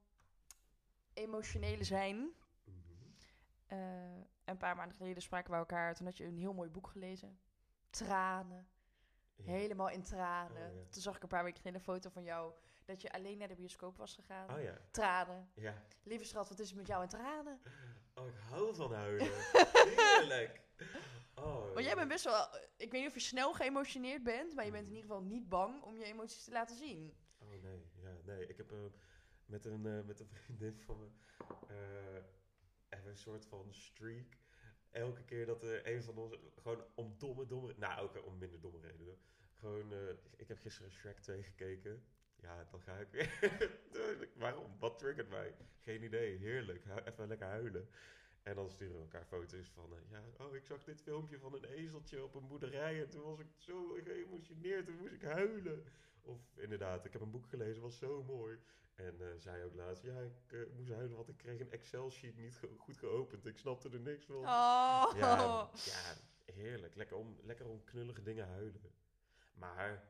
emotionele zijn. Mm-hmm. Uh, een paar maanden geleden spraken we elkaar. Toen had je een heel mooi boek gelezen. Tranen. Ja. Helemaal in tranen. Oh, ja. Toen zag ik een paar weken geleden een foto van jou... dat je alleen naar de bioscoop was gegaan. Oh ja. Tranen. Ja. Lieve schat, wat is het met jou en tranen? Oh, ik hou van huilen. Heerlijk. Oh, maar jij bent best wel... Ik weet niet of je snel geëmotioneerd bent... maar je bent in ieder geval niet bang om je emoties te laten zien. Oh nee, ja, nee. Ik heb uh, met, een, uh, met een vriendin van me... Uh, hebben een soort van streak. Elke keer dat er een van ons... gewoon om domme, domme... Nou, ook om minder domme redenen. Gewoon... Uh, ik heb gisteren Shrek twee gekeken... Ja, dan ga ik weer. Waarom? Wat triggert mij? Geen idee. Heerlijk. Hu- even lekker huilen. En dan sturen we elkaar foto's van... Uh, ja, oh, ik zag dit filmpje van een ezeltje op een boerderij... en toen was ik zo geëmotioneerd. Toen moest ik huilen. Of inderdaad, ik heb een boek gelezen, was zo mooi. En uh, zei ook laatst... Ja, ik uh, moest huilen, want ik kreeg een Excel-sheet niet ge- goed geopend. Ik snapte er niks van. Oh. Ja, ja, heerlijk. Lekker om, lekker om knullige dingen huilen. Maar...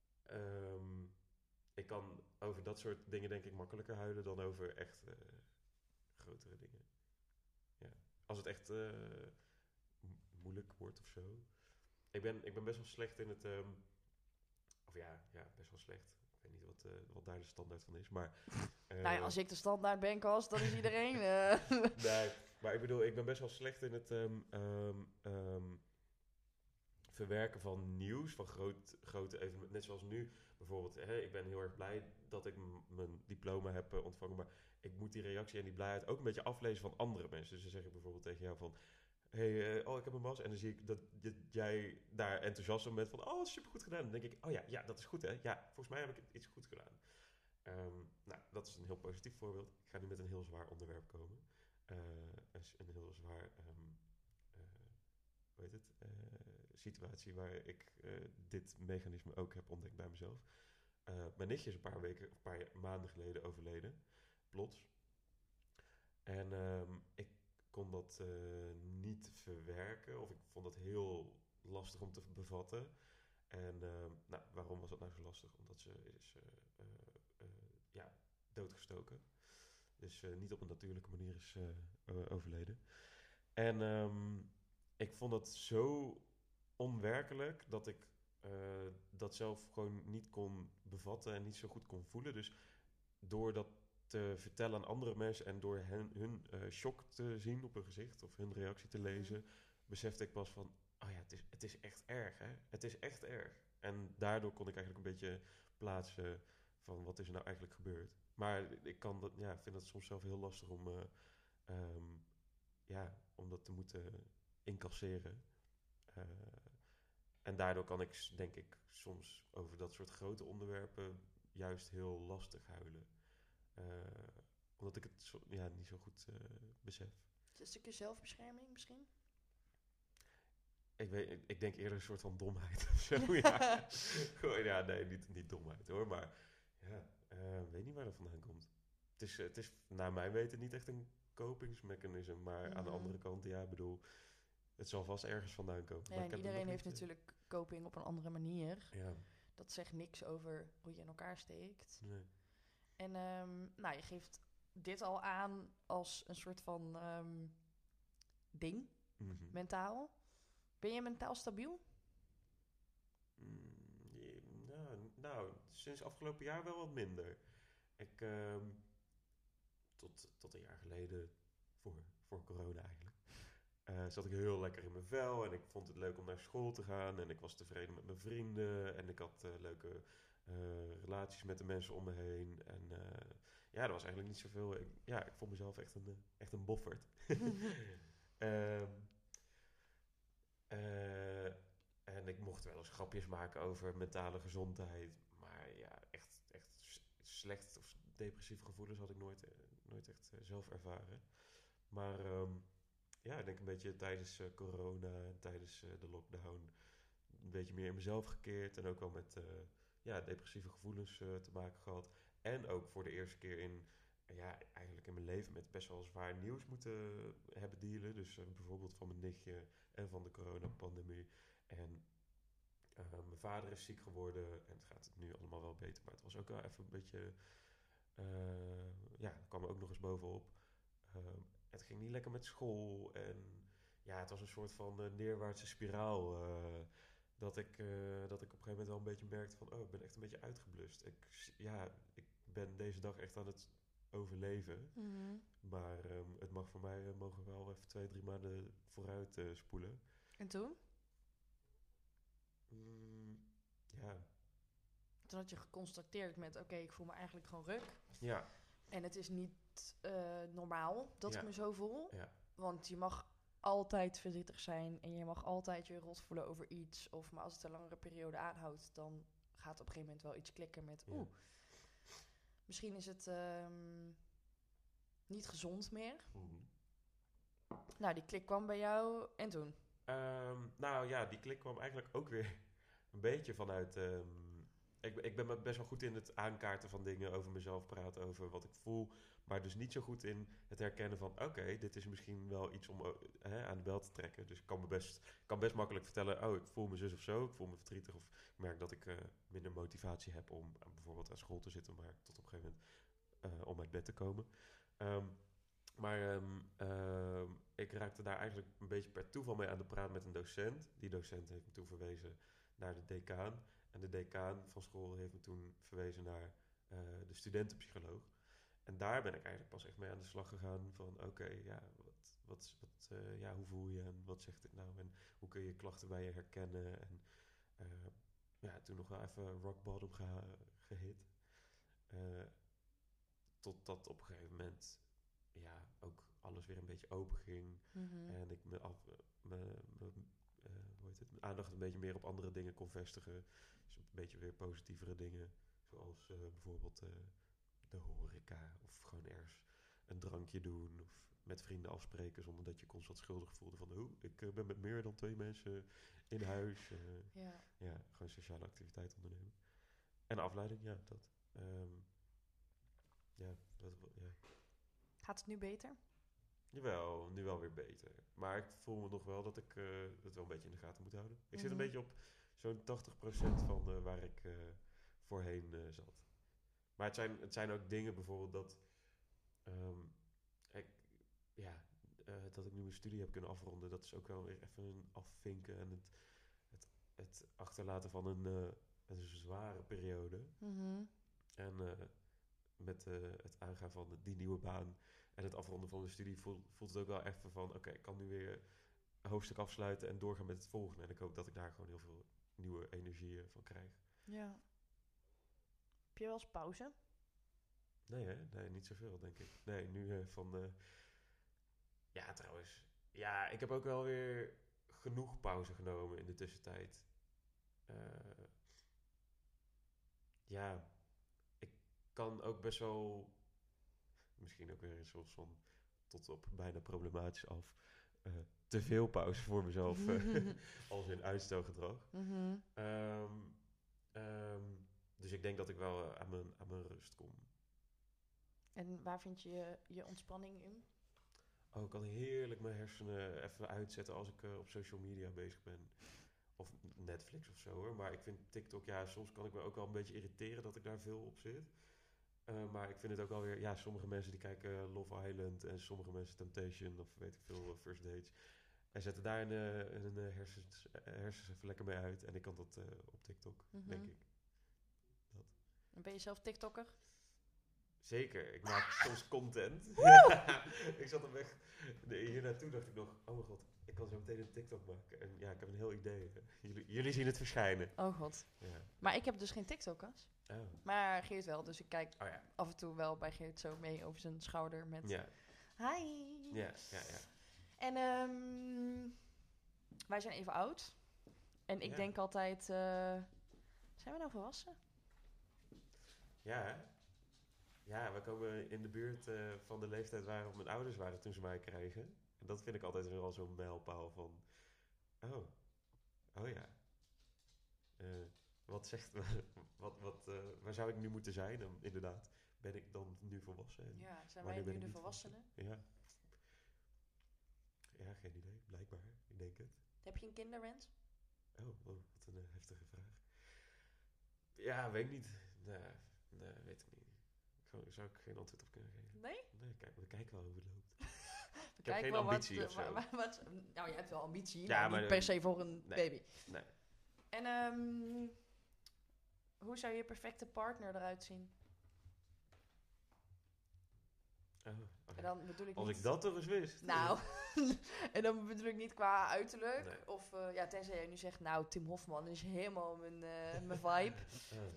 Um, ik kan over dat soort dingen denk ik makkelijker huilen dan over echt uh, grotere dingen. Ja. Als het echt uh, mo- moeilijk wordt of zo. Ik ben, ik ben best wel slecht in het... Um, of ja, ja, best wel slecht. Ik weet niet wat, uh, wat daar de standaard van is, maar... Uh, nou ja, als ik de standaard ben, Cas, dan is iedereen... Uh. Nee, maar ik bedoel, ik ben best wel slecht in het... Um, um, um, verwerken van nieuws, van groot, grote evenementen. Net zoals nu bijvoorbeeld. Hè, ik ben heel erg blij dat ik m- mijn diploma heb uh, ontvangen. Maar ik moet die reactie en die blijheid ook een beetje aflezen van andere mensen. Dus dan zeg ik bijvoorbeeld tegen jou van... hey, uh, oh, ik heb een mas. En dan zie ik dat, dat jij daar enthousiast om bent van, oh, supergoed gedaan. Dan denk ik, oh ja, ja, dat is goed, hè. Ja, volgens mij heb ik iets goed gedaan. Um, nou, dat is een heel positief voorbeeld. Ik ga nu met een heel zwaar onderwerp komen. Uh, een heel zwaar, um, uh, hoe heet het, uh, situatie waar ik uh, dit mechanisme ook heb ontdekt bij mezelf. Uh, mijn nichtje is een paar weken, een paar maanden geleden overleden. Plots. En um, ik kon dat uh, niet verwerken. Of ik vond dat heel lastig om te bevatten. En uh, nou, waarom was dat nou zo lastig? Omdat ze is uh, uh, uh, ja, doodgestoken. Dus uh, niet op een natuurlijke manier is uh, uh, overleden. En um, ik vond dat zo onwerkelijk dat ik uh, dat zelf gewoon niet kon bevatten en niet zo goed kon voelen. Dus door dat te vertellen aan andere mensen en door hen, hun uh, shock te zien op hun gezicht of hun reactie te lezen, besefte ik pas van, oh ja, het is, het is echt erg, hè? Het is echt erg. En daardoor kon ik eigenlijk een beetje plaatsen van wat is er nou eigenlijk gebeurd. Maar ik kan dat, ja, vind dat soms zelf heel lastig om, uh, um, ja, om dat te moeten incasseren. Uh, en daardoor kan ik, denk ik, soms over dat soort grote onderwerpen juist heel lastig huilen. Uh, omdat ik het zo, ja, niet zo goed uh, besef. Is het een stukje zelfbescherming misschien? Ik, weet, ik, ik denk eerder een soort van domheid of zo. Ja. Gewoon, ja, nee, niet, niet domheid hoor. Maar ja, uh, weet niet waar dat vandaan komt. Het is, het is naar mijn weten niet echt een kopingsmechanisme. Maar mm-hmm. aan de andere kant, ja, ik bedoel, het zal vast ergens vandaan komen. Ja, en iedereen heeft niet, natuurlijk coping op een andere manier. Ja. Dat zegt niks over hoe je in elkaar steekt. Nee. En um, nou, je geeft dit al aan als een soort van um, ding, mm-hmm. mentaal. Ben je mentaal stabiel? Mm, yeah, nou, nou, sinds afgelopen jaar wel wat minder. Ik, um, tot, tot een jaar geleden, voor, voor corona eigenlijk, uh, zat ik heel lekker in mijn vel. En ik vond het leuk om naar school te gaan. En ik was tevreden met mijn vrienden. En ik had uh, leuke uh, relaties met de mensen om me heen. En uh, ja, er was eigenlijk niet zoveel. Ik, ja, ik vond mezelf echt een, echt een boffert. um, uh, en ik mocht wel eens grapjes maken over mentale gezondheid. Maar ja, echt, echt slecht of depressieve gevoelens had ik nooit, uh, nooit echt uh, zelf ervaren. Maar um, ja, ik denk een beetje tijdens uh, corona en tijdens uh, de lockdown een beetje meer in mezelf gekeerd. En ook wel met uh, ja, depressieve gevoelens uh, te maken gehad. En ook voor de eerste keer in, uh, ja, eigenlijk in mijn leven met best wel zwaar nieuws moeten hebben dealen. Dus uh, bijvoorbeeld van mijn nichtje en van de coronapandemie. En uh, mijn vader is ziek geworden en het gaat het nu allemaal wel beter. Maar het was ook wel even een beetje, uh, ja, dat kwam er ook nog eens bovenop. Uh, het ging niet lekker met school en ja, het was een soort van uh, neerwaartse spiraal. Uh, dat, ik, uh, dat ik op een gegeven moment wel een beetje merkte van, oh, ik ben echt een beetje uitgeblust. Ik, ja, ik ben deze dag echt aan het overleven. Mm-hmm. Maar um, het mag voor mij, uh, mogen we wel even twee, drie maanden vooruit uh, spoelen. En toen? Mm, ja. Toen had je geconstateerd met, oké, okay, ik voel me eigenlijk gewoon ruk. Ja. En het is niet uh, normaal dat ja. ik me zo voel. Ja. Want je mag altijd verdrietig zijn en je mag altijd je rot voelen over iets. Of maar als het een langere periode aanhoudt, dan gaat op een gegeven moment wel iets klikken met, ja. oeh, misschien is het um, niet gezond meer. Mm-hmm. Nou, die klik kwam bij jou en toen? Um, nou ja, die klik kwam eigenlijk ook weer een beetje vanuit... Um, ik, ik ben best wel goed in het aankaarten van dingen, over mezelf praten, over wat ik voel. Maar dus niet zo goed in het herkennen van, oké, okay, dit is misschien wel iets om uh, hè, aan de bel te trekken. Dus ik kan, me best, kan best makkelijk vertellen, oh, ik voel me zus of zo, ik voel me verdrietig. Of ik merk dat ik uh, minder motivatie heb om uh, bijvoorbeeld aan school te zitten, maar tot op een gegeven moment uh, om uit bed te komen. Um, maar um, uh, ik raakte daar eigenlijk een beetje per toeval mee aan de praat met een docent. Die docent heeft me toen verwezen naar de decaan. En de decaan van school heeft me toen verwezen naar uh, de studentenpsycholoog. En daar ben ik eigenlijk pas echt mee aan de slag gegaan van, oké, okay, ja, wat, wat, wat, uh, ja, hoe voel je en wat zegt dit nou? En hoe kun je klachten bij je herkennen? En uh, ja, toen nog wel even rock bottom ge- gehit. Uh, totdat op een gegeven moment... ja, ook alles weer een beetje open ging. Mhm. En ik me af, me, me, eh, hoe heet het, mijn aandacht een beetje meer op andere dingen kon vestigen. Dus een beetje weer positievere dingen. Zoals eh, bijvoorbeeld eh, de horeca. Of gewoon ergens een drankje doen. Of met vrienden afspreken zonder dat je constant schuldig voelde van... hoe ik eh, ben met meer dan twee mensen in huis. eh, Ja. ja, gewoon sociale activiteit ondernemen. En afleiding, ja, dat. Ehm, ja, wat, wat- ja. Gaat het nu beter? Jawel, nu wel weer beter. Maar ik voel me nog wel dat ik eh, het wel een beetje in de gaten moet houden. Ik zit een Mhm. beetje op zo'n tachtig procent van eh, waar ik eh, voorheen eh, zat. Maar het zijn, het zijn ook dingen bijvoorbeeld dat... ehm, ik, ja, eh, dat ik nu mijn studie heb kunnen afronden. Dat is ook wel weer even een afvinken. En het, het, het achterlaten van een, eh, een zware periode. Mhm. En eh, met eh, het aangaan van die nieuwe baan en het afronden van de studie voelt, voelt het ook wel even van... oké, ik kan nu weer een hoofdstuk afsluiten en doorgaan met het volgende. En ik hoop dat ik daar gewoon heel veel nieuwe energie eh, van krijg. Ja. Heb je wel eens pauze? Nee hè? Nee, niet zoveel denk ik. Nee, nu eh, van... eh, ja, trouwens. Ja, ik heb ook wel weer genoeg pauze genomen in de tussentijd. Eh, ja, ik kan ook best wel... misschien ook weer een soort van tot op bijna problematisch af... eh, te veel pauze voor mezelf eh, als in uitstelgedrag. Mhm. Ehm, ehm, dus ik denk dat ik wel eh, aan, mijn, aan mijn rust kom. En waar vind je je, je ontspanning in? Oh, ik kan heerlijk mijn hersenen even uitzetten als ik eh, op social media bezig ben. Of Netflix of zo hoor. Maar ik vind TikTok, ja, soms kan ik me ook wel een beetje irriteren dat ik daar veel op zit. Eh, maar ik vind het ook wel weer, ja, sommige mensen die kijken Love Island en sommige mensen Temptation of weet ik veel, eh, First Dates. En zetten daar hun, eh, hun eh, hersens, eh, hersens even lekker mee uit. En ik kan dat eh, op TikTok, Mhm. denk ik. Dat. En ben je zelf TikToker? Zeker, ik maak soms content. Ik zat op weg hier naartoe, dacht ik nog, oh mijn god, ik kan zo meteen een TikTok maken. En ja, ik heb een heel idee. Jullie, jullie zien het verschijnen. Oh god. Ja. Maar ik heb dus geen TikTokers. Oh. Maar Geert wel, dus ik kijk Oh ja. af en toe wel bij Geert zo mee over zijn schouder met... Ja, Hi! ja, ja, ja. En ehm, wij zijn even oud. En ik Ja. denk altijd... eh, zijn we nou volwassen? Ja, hè? Ja, we komen in de buurt eh, van de leeftijd waarop mijn ouders waren toen ze mij kregen. En dat vind ik altijd wel zo'n mijlpaal van... Oh, oh ja. Eh, wat zegt... wat, wat, eh, waar zou ik nu moeten zijn? En inderdaad, ben ik dan nu volwassen? En Ja, zijn wanneer wij ben nu ik de niet volwassenen? Ja. Ja, geen idee. Blijkbaar. Ik denk het. Heb je een kinderwens? Oh, oh wat een eh, heftige vraag. Ja, weet ik niet. Nee, nee, weet ik niet. Gewoon, zou ik geen antwoord op kunnen geven. Nee? Nee, kijk, we kijken wel hoe het loopt. We Ik heb geen wel ambitie wat, of eh, zo. wa- wa- wat, nou, je hebt wel ambitie, Ja, maar maar niet dan- per se voor een nee. baby. Nee. En ehm, hoe zou je perfecte partner eruit zien? Oh, oh En ja. dan bedoel ik Als niet... ik dat toch eens wist. Nou, en dan bedoel ik niet qua uiterlijk. Nee. Of uh, ja, tenzij jij nu zegt, nou, Tim Hofman is helemaal mijn, uh, mijn vibe. Uh,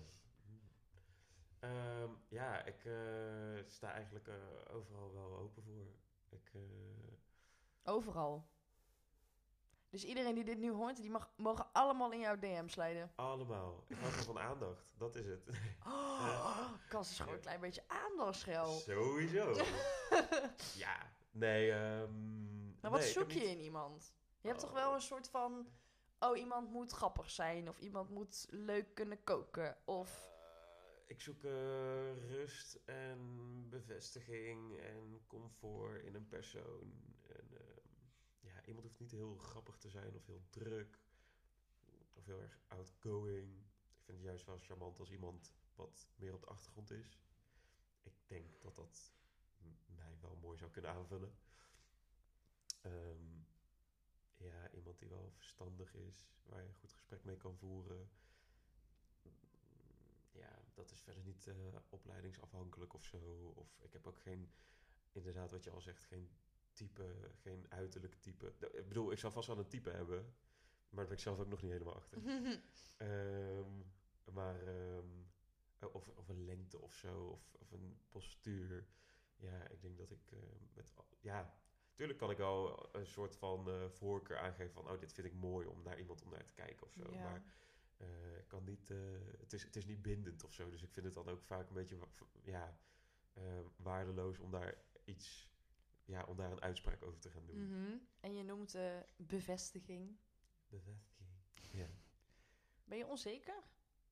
um, ja, ik uh, sta eigenlijk uh, overal wel open voor. Ik, uh... Overal? Dus iedereen die dit nu hoort, die mag, mogen allemaal in jouw D M slijden? Allemaal. Ik hou van aandacht. Dat is het. Oh, Cas is gewoon een klein beetje aandachtschel. Sowieso. Ja. Nee, um, Maar wat nee, zoek je niet... in iemand? Je hebt oh. toch wel een soort van... Oh, iemand moet grappig zijn. Of iemand moet leuk kunnen koken. Of... Uh, ik zoek uh, rust en bevestiging en comfort in een persoon. En, uh, ja, iemand hoeft niet heel grappig te zijn of heel druk. Of heel erg outgoing. Ik vind het juist wel charmant als iemand wat meer op de achtergrond is. Ik denk dat dat m- mij wel mooi zou kunnen aanvullen. Um, ja, iemand die wel verstandig is, waar je een goed gesprek mee kan voeren. Ja, dat is verder niet uh, opleidingsafhankelijk of zo. Of ik heb ook geen, inderdaad wat je al zegt, geen type, geen uiterlijk type. Ik bedoel, ik zal vast wel een type hebben, maar daar ben ik zelf ook nog niet helemaal achter. um, maar, um, of, of een lengte of zo, of, of een postuur. Ja, ik denk dat ik uh, met... Ja, natuurlijk kan ik wel een soort van uh, voorkeur aangeven van... oh, dit vind ik mooi om naar iemand om naar te kijken of zo. Ja. Maar uh, ik kan niet... Uh, het, is, het is niet bindend of zo. Dus ik vind het dan ook vaak een beetje ja, uh, waardeloos om daar iets... Ja, om daar een uitspraak over te gaan doen. Mm-hmm. En je noemt uh, bevestiging. Bevestiging, ja. Ben je onzeker?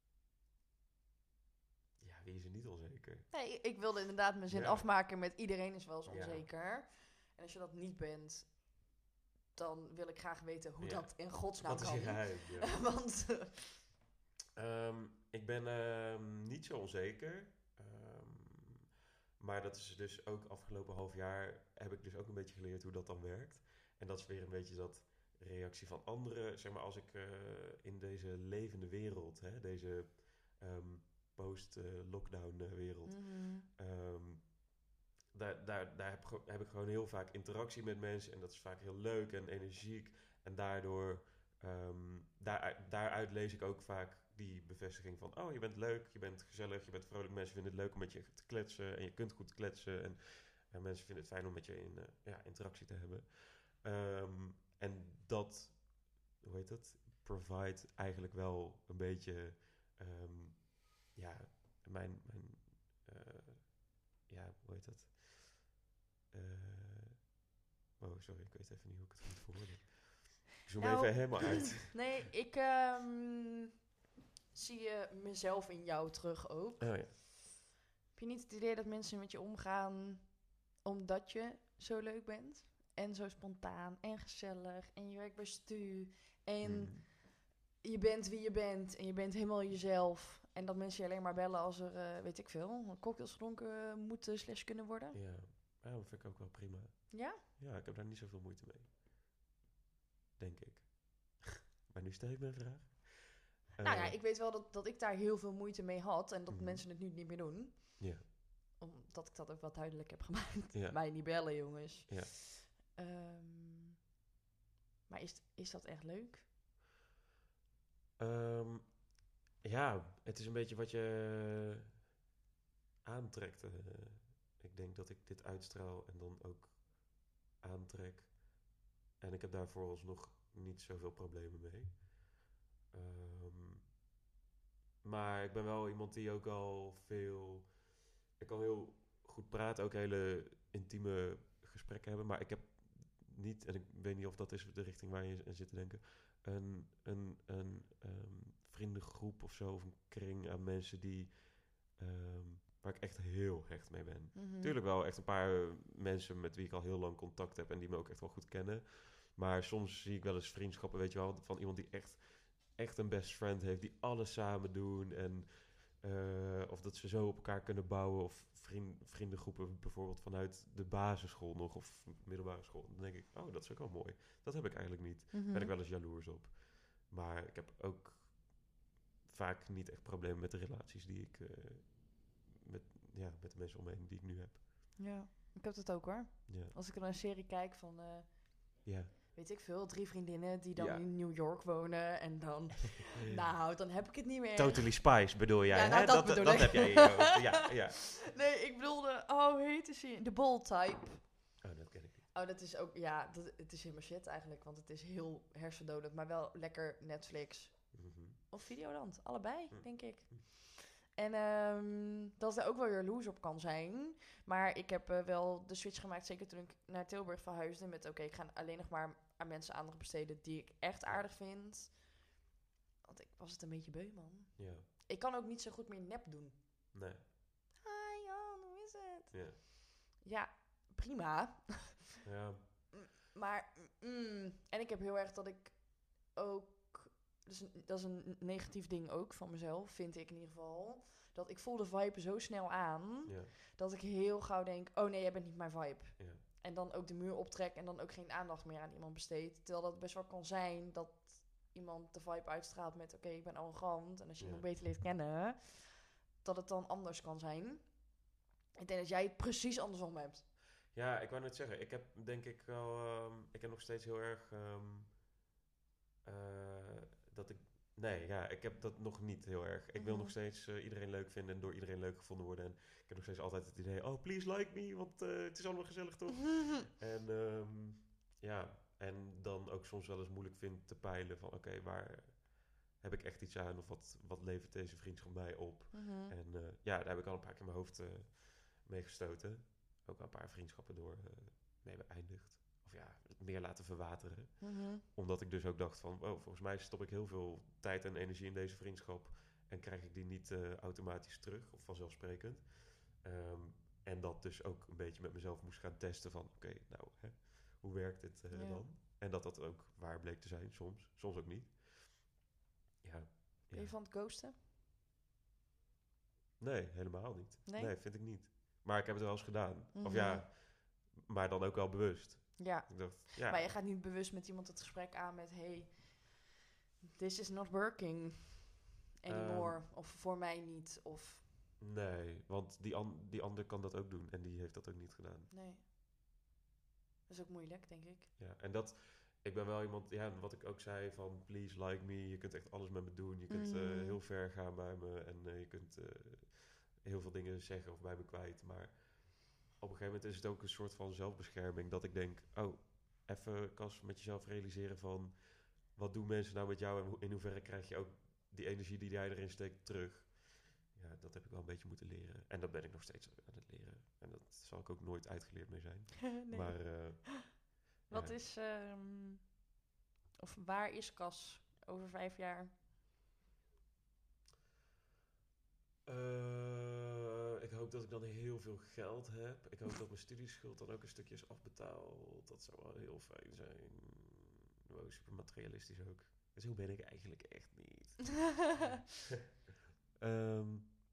Ja, wie is er niet onzeker? Nee, ik wilde inderdaad mijn zin ja. afmaken met iedereen is wel eens onzeker. Ja. En als je dat niet bent, dan wil ik graag weten hoe ja. dat in godsnaam Wat kan. Is je geheim, ja. Want... um, ik ben uh, niet zo onzeker. Um, maar dat is dus ook afgelopen half jaar heb ik dus ook een beetje geleerd hoe dat dan werkt. En dat is weer een beetje dat reactie van anderen. Zeg maar als ik uh, in deze levende wereld, hè, deze um, post-lockdown uh, wereld... Mm-hmm. Um, Daar, daar, daar heb, ge- heb ik gewoon heel vaak interactie met mensen. En dat is vaak heel leuk en energiek. En daardoor, um, daar, daaruit lees ik ook vaak die bevestiging van... oh, je bent leuk, je bent gezellig, je bent vrolijk. Mensen vinden het leuk om met je te kletsen. En je kunt goed kletsen. En, en mensen vinden het fijn om met je in uh, ja, interactie te hebben. Um, en dat, hoe heet dat? Provide eigenlijk wel een beetje... Um, ja, mijn... mijn uh, ja, hoe heet dat? Uh, oh, sorry, ik weet even niet hoe ik het moet verwoorden. Ik zoom nou, even helemaal uit. Nee, ik um, zie je mezelf in jou terug ook. Oh, ja. Heb je niet het idee dat mensen met je omgaan omdat je zo leuk bent? En zo spontaan en gezellig en je werkt bij Stu en hmm. je bent wie je bent en je bent helemaal jezelf. En dat mensen je alleen maar bellen als er, uh, weet ik veel, cocktails gedronken moeten slash kunnen worden. Ja. Ja, dat vind ik ook wel prima. Ja? Ja, ik heb daar niet zoveel moeite mee. Denk ik. Maar nu stel ik me een vraag. Nou uh, ja, ik weet wel dat, dat ik daar heel veel moeite mee had. En dat mm-hmm. mensen het nu niet meer doen. Ja. Omdat ik dat ook wat duidelijk heb gemaakt. Ja. Mij niet bellen, jongens. Ja. Um, maar is, is dat echt leuk? Um, ja, het is een beetje wat je aantrekt. Uh, Ik denk dat ik dit uitstraal en dan ook aantrek. En ik heb daar vooralsnog niet zoveel problemen mee. Um, maar ik ben wel iemand die ook al veel... Ik kan heel goed praten, ook hele intieme gesprekken hebben. Maar ik heb niet, en ik weet niet of dat is de richting waar je in zit te denken... een, een, een um, vriendengroep of zo, of een kring aan mensen die... Um, waar ik echt heel hecht mee ben. Mm-hmm. Tuurlijk wel echt een paar uh, mensen met wie ik al heel lang contact heb en die me ook echt wel goed kennen. Maar soms zie ik wel eens vriendschappen, weet je wel, van iemand die echt, echt een best friend heeft, die alles samen doen. En uh, of dat ze zo op elkaar kunnen bouwen. Of vriend, vriendengroepen bijvoorbeeld vanuit de basisschool nog, of middelbare school. Dan denk ik, oh, dat is ook wel mooi. Dat heb ik eigenlijk niet. Daar mm-hmm. ben ik wel eens jaloers op. Maar ik heb ook vaak niet echt problemen met de relaties die ik... Uh, Met, ja, met de mensen om me heen die ik nu heb. Ja, ik heb dat ook hoor. Ja. Als ik naar een serie kijk van, uh, ja. weet ik veel, drie vriendinnen die dan ja. in New York wonen. En dan, nou, dan heb ik het niet meer. Totally Spice bedoel jij, ja, nou, hè? Dat, dat, bedoel dat ik. heb jij hier. Ja, ja. Nee, ik bedoelde, oh, hoe heet ze? De Bold Type. Oh, dat ken ik niet. Oh, dat is ook, ja, dat, het is helemaal shit eigenlijk. Want het is heel hersendodend, maar wel lekker Netflix. Mm-hmm. Of Videoland, allebei, mm. denk ik. Mm. En um, dat er ook wel jaloers op kan zijn. Maar ik heb uh, wel de switch gemaakt, zeker toen ik naar Tilburg verhuisde. Met oké, okay, ik ga alleen nog maar aan mensen aandacht besteden die ik echt aardig vind. Want ik was het een beetje beu, man. Ja. Ik kan ook niet zo goed meer nep doen. Nee. Hi Jan, hoe is het? Ja. Ja, prima. Ja. Maar, mm, en ik heb heel erg dat ik ook... Dus dat is een negatief ding ook van mezelf, vind ik in ieder geval. Dat ik voel de vibe zo snel aan, ja. dat ik heel gauw denk, oh nee, jij bent niet mijn vibe. Ja. En dan ook de muur optrek en dan ook geen aandacht meer aan iemand besteed. Terwijl dat best wel kan zijn dat iemand de vibe uitstraalt met, oké, okay, ik ben arrogant. En als je ja. iemand beter leert kennen, dat het dan anders kan zijn. Ik denk dat jij het precies andersom hebt. Ja, ik wou net zeggen, ik heb denk ik wel, um, ik heb nog steeds heel erg... Um, uh, dat ik Nee, ja, ik heb dat nog niet heel erg. Ik wil Mhm. nog steeds eh, iedereen leuk vinden en door iedereen leuk gevonden worden. En ik heb nog steeds altijd het idee, oh, please like me, want eh, het is allemaal gezellig toch? En ehm, ja, en dan ook soms wel eens moeilijk vind te peilen van, oké, waar heb ik echt iets aan? Of wat, wat levert deze vriendschap mij op? Mhm. En eh, ja, daar heb ik al een paar keer mijn hoofd eh, mee gestoten. Ook al een paar vriendschappen door eh, mee beëindigd. Of ja, meer laten verwateren. Mhm. Omdat ik dus ook dacht van, oh, volgens mij stop ik heel veel tijd en energie in deze vriendschap. En krijg ik die niet eh, automatisch terug of vanzelfsprekend. Ehm, en dat dus ook een beetje met mezelf moest gaan testen van, oké, nou, hè, hoe werkt dit eh, Ja. dan? En dat dat ook waar bleek te zijn, soms. Soms ook niet. Ja. Ben ja. je van het ghosten? Nee, helemaal niet. Nee? Nee, vind ik niet. Maar ik heb het wel eens gedaan. Of Mhm. ja, maar dan ook wel bewust. Ja. Ik dacht, ja, Maar je gaat niet bewust met iemand het gesprek aan met... Hey, this is not working anymore. Ehm, of voor mij niet. Of nee, want die, an- die ander kan dat ook doen. En die heeft dat ook niet gedaan. nee. Dat is ook moeilijk, denk ik. Ja, en dat, ik ben wel iemand, ja, wat ik ook zei van please like me, je kunt echt alles met me doen, je kunt eh, Mhm. heel ver gaan bij me en eh, je kunt eh, heel veel dingen zeggen of bij me kwijt, maar op een gegeven moment is het ook een soort van zelfbescherming dat ik denk, oh, even Cas met jezelf realiseren van wat doen mensen nou met jou en hoe- in hoeverre krijg je ook die energie die jij erin steekt terug. Ja, dat heb ik wel een beetje moeten leren en dat ben ik nog steeds aan het leren en dat zal ik ook nooit uitgeleerd mee zijn. nee. Maar eh, Wat ja. is... ehm, of waar is Cas over vijf jaar? Eh, ik hoop dat ik dan heel veel geld heb. Ik hoop dat mijn studieschuld dan ook een stukje is afbetaald. Dat zou wel heel fijn zijn. Wow, super materialistisch ook. Dus hoe ben ik eigenlijk echt niet? Ehm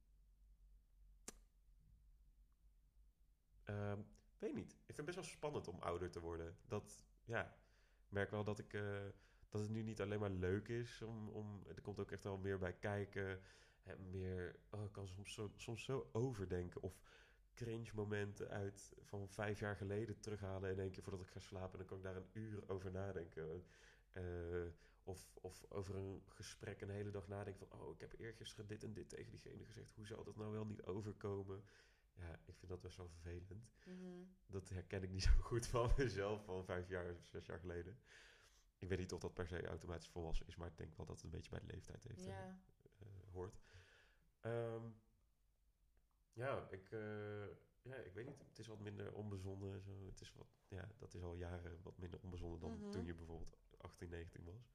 ehm, weet niet. Ik vind het best wel spannend om ouder te worden. Dat, ja, ik merk wel dat ik... eh, dat het nu niet alleen maar leuk is. Om, om, er komt ook echt wel meer bij kijken. Hè, meer, oh, ik kan soms zo, soms zo overdenken. Of cringe momenten uit van vijf jaar geleden terughalen in één keer voordat ik ga slapen. En dan kan ik daar een uur over nadenken. Eh, of, of over een gesprek een hele dag nadenken van... oh, ik heb eergisteren dit en dit tegen diegene gezegd. Hoe zou dat nou wel niet overkomen? Ja, ik vind dat best wel vervelend. Mhm. Dat herken ik niet zo goed van mezelf van vijf jaar, zes jaar geleden. Ik weet niet of dat per se automatisch volwassen is, maar ik denk wel dat het een beetje bij de leeftijd heeft, eh, Ja. eh, hoort. Ehm, ja, ik, eh, ja, ik weet niet. Het is wat minder onbezonnen. Zo. Het is wat, ja, dat is al jaren wat minder onbezonnen dan Mhm. toen je bijvoorbeeld achttien, negentien was.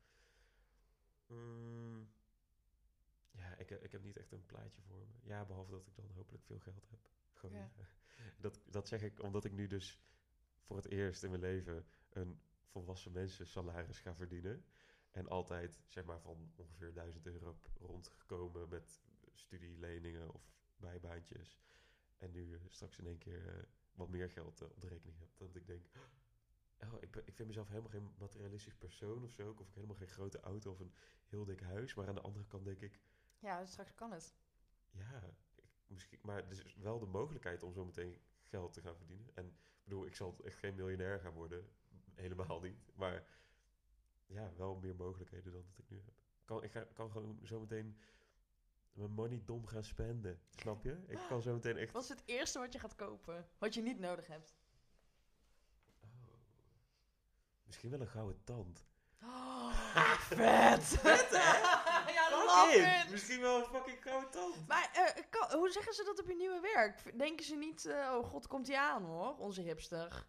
Mm, ja, ik, ik heb niet echt een plaatje voor me. Ja, behalve dat ik dan hopelijk veel geld heb. Gewoon, Ja. ja. dat, dat zeg ik omdat ik nu dus voor het eerst in mijn leven een volwassen mensen salaris ga verdienen. En altijd zeg maar van ongeveer duizend euro heb rondgekomen met studieleningen of bijbaantjes. En nu eh, straks in één keer eh, wat meer geld eh, op de rekening heb. Dat ik denk, oh, ik, ben, ik vind mezelf helemaal geen materialistisch persoon of zo. Of ik helemaal geen grote auto of een heel dik huis. Maar aan de andere kant denk ik, Ja, straks kan het. ja, ik, misschien, maar er is wel de mogelijkheid om zo meteen geld te gaan verdienen. En ik bedoel, ik zal echt geen miljonair gaan worden. Helemaal niet. Maar ja, wel meer mogelijkheden dan dat ik nu heb. Kan, ik ga, kan gewoon zo meteen mijn money dom gaan spenden. Snap je? Ik kan zo meteen echt... Wat is het eerste wat je gaat kopen? Wat je niet nodig hebt? Oh, misschien wel een gouden tand. Oh, vet! Vet, hè? Ja, Fuck love it! it! Misschien wel een fucking gouden tand. Maar eh, kan- hoe zeggen ze dat op je nieuwe werk? Denken ze niet, eh, oh god, komt hij aan hoor, onze hipster.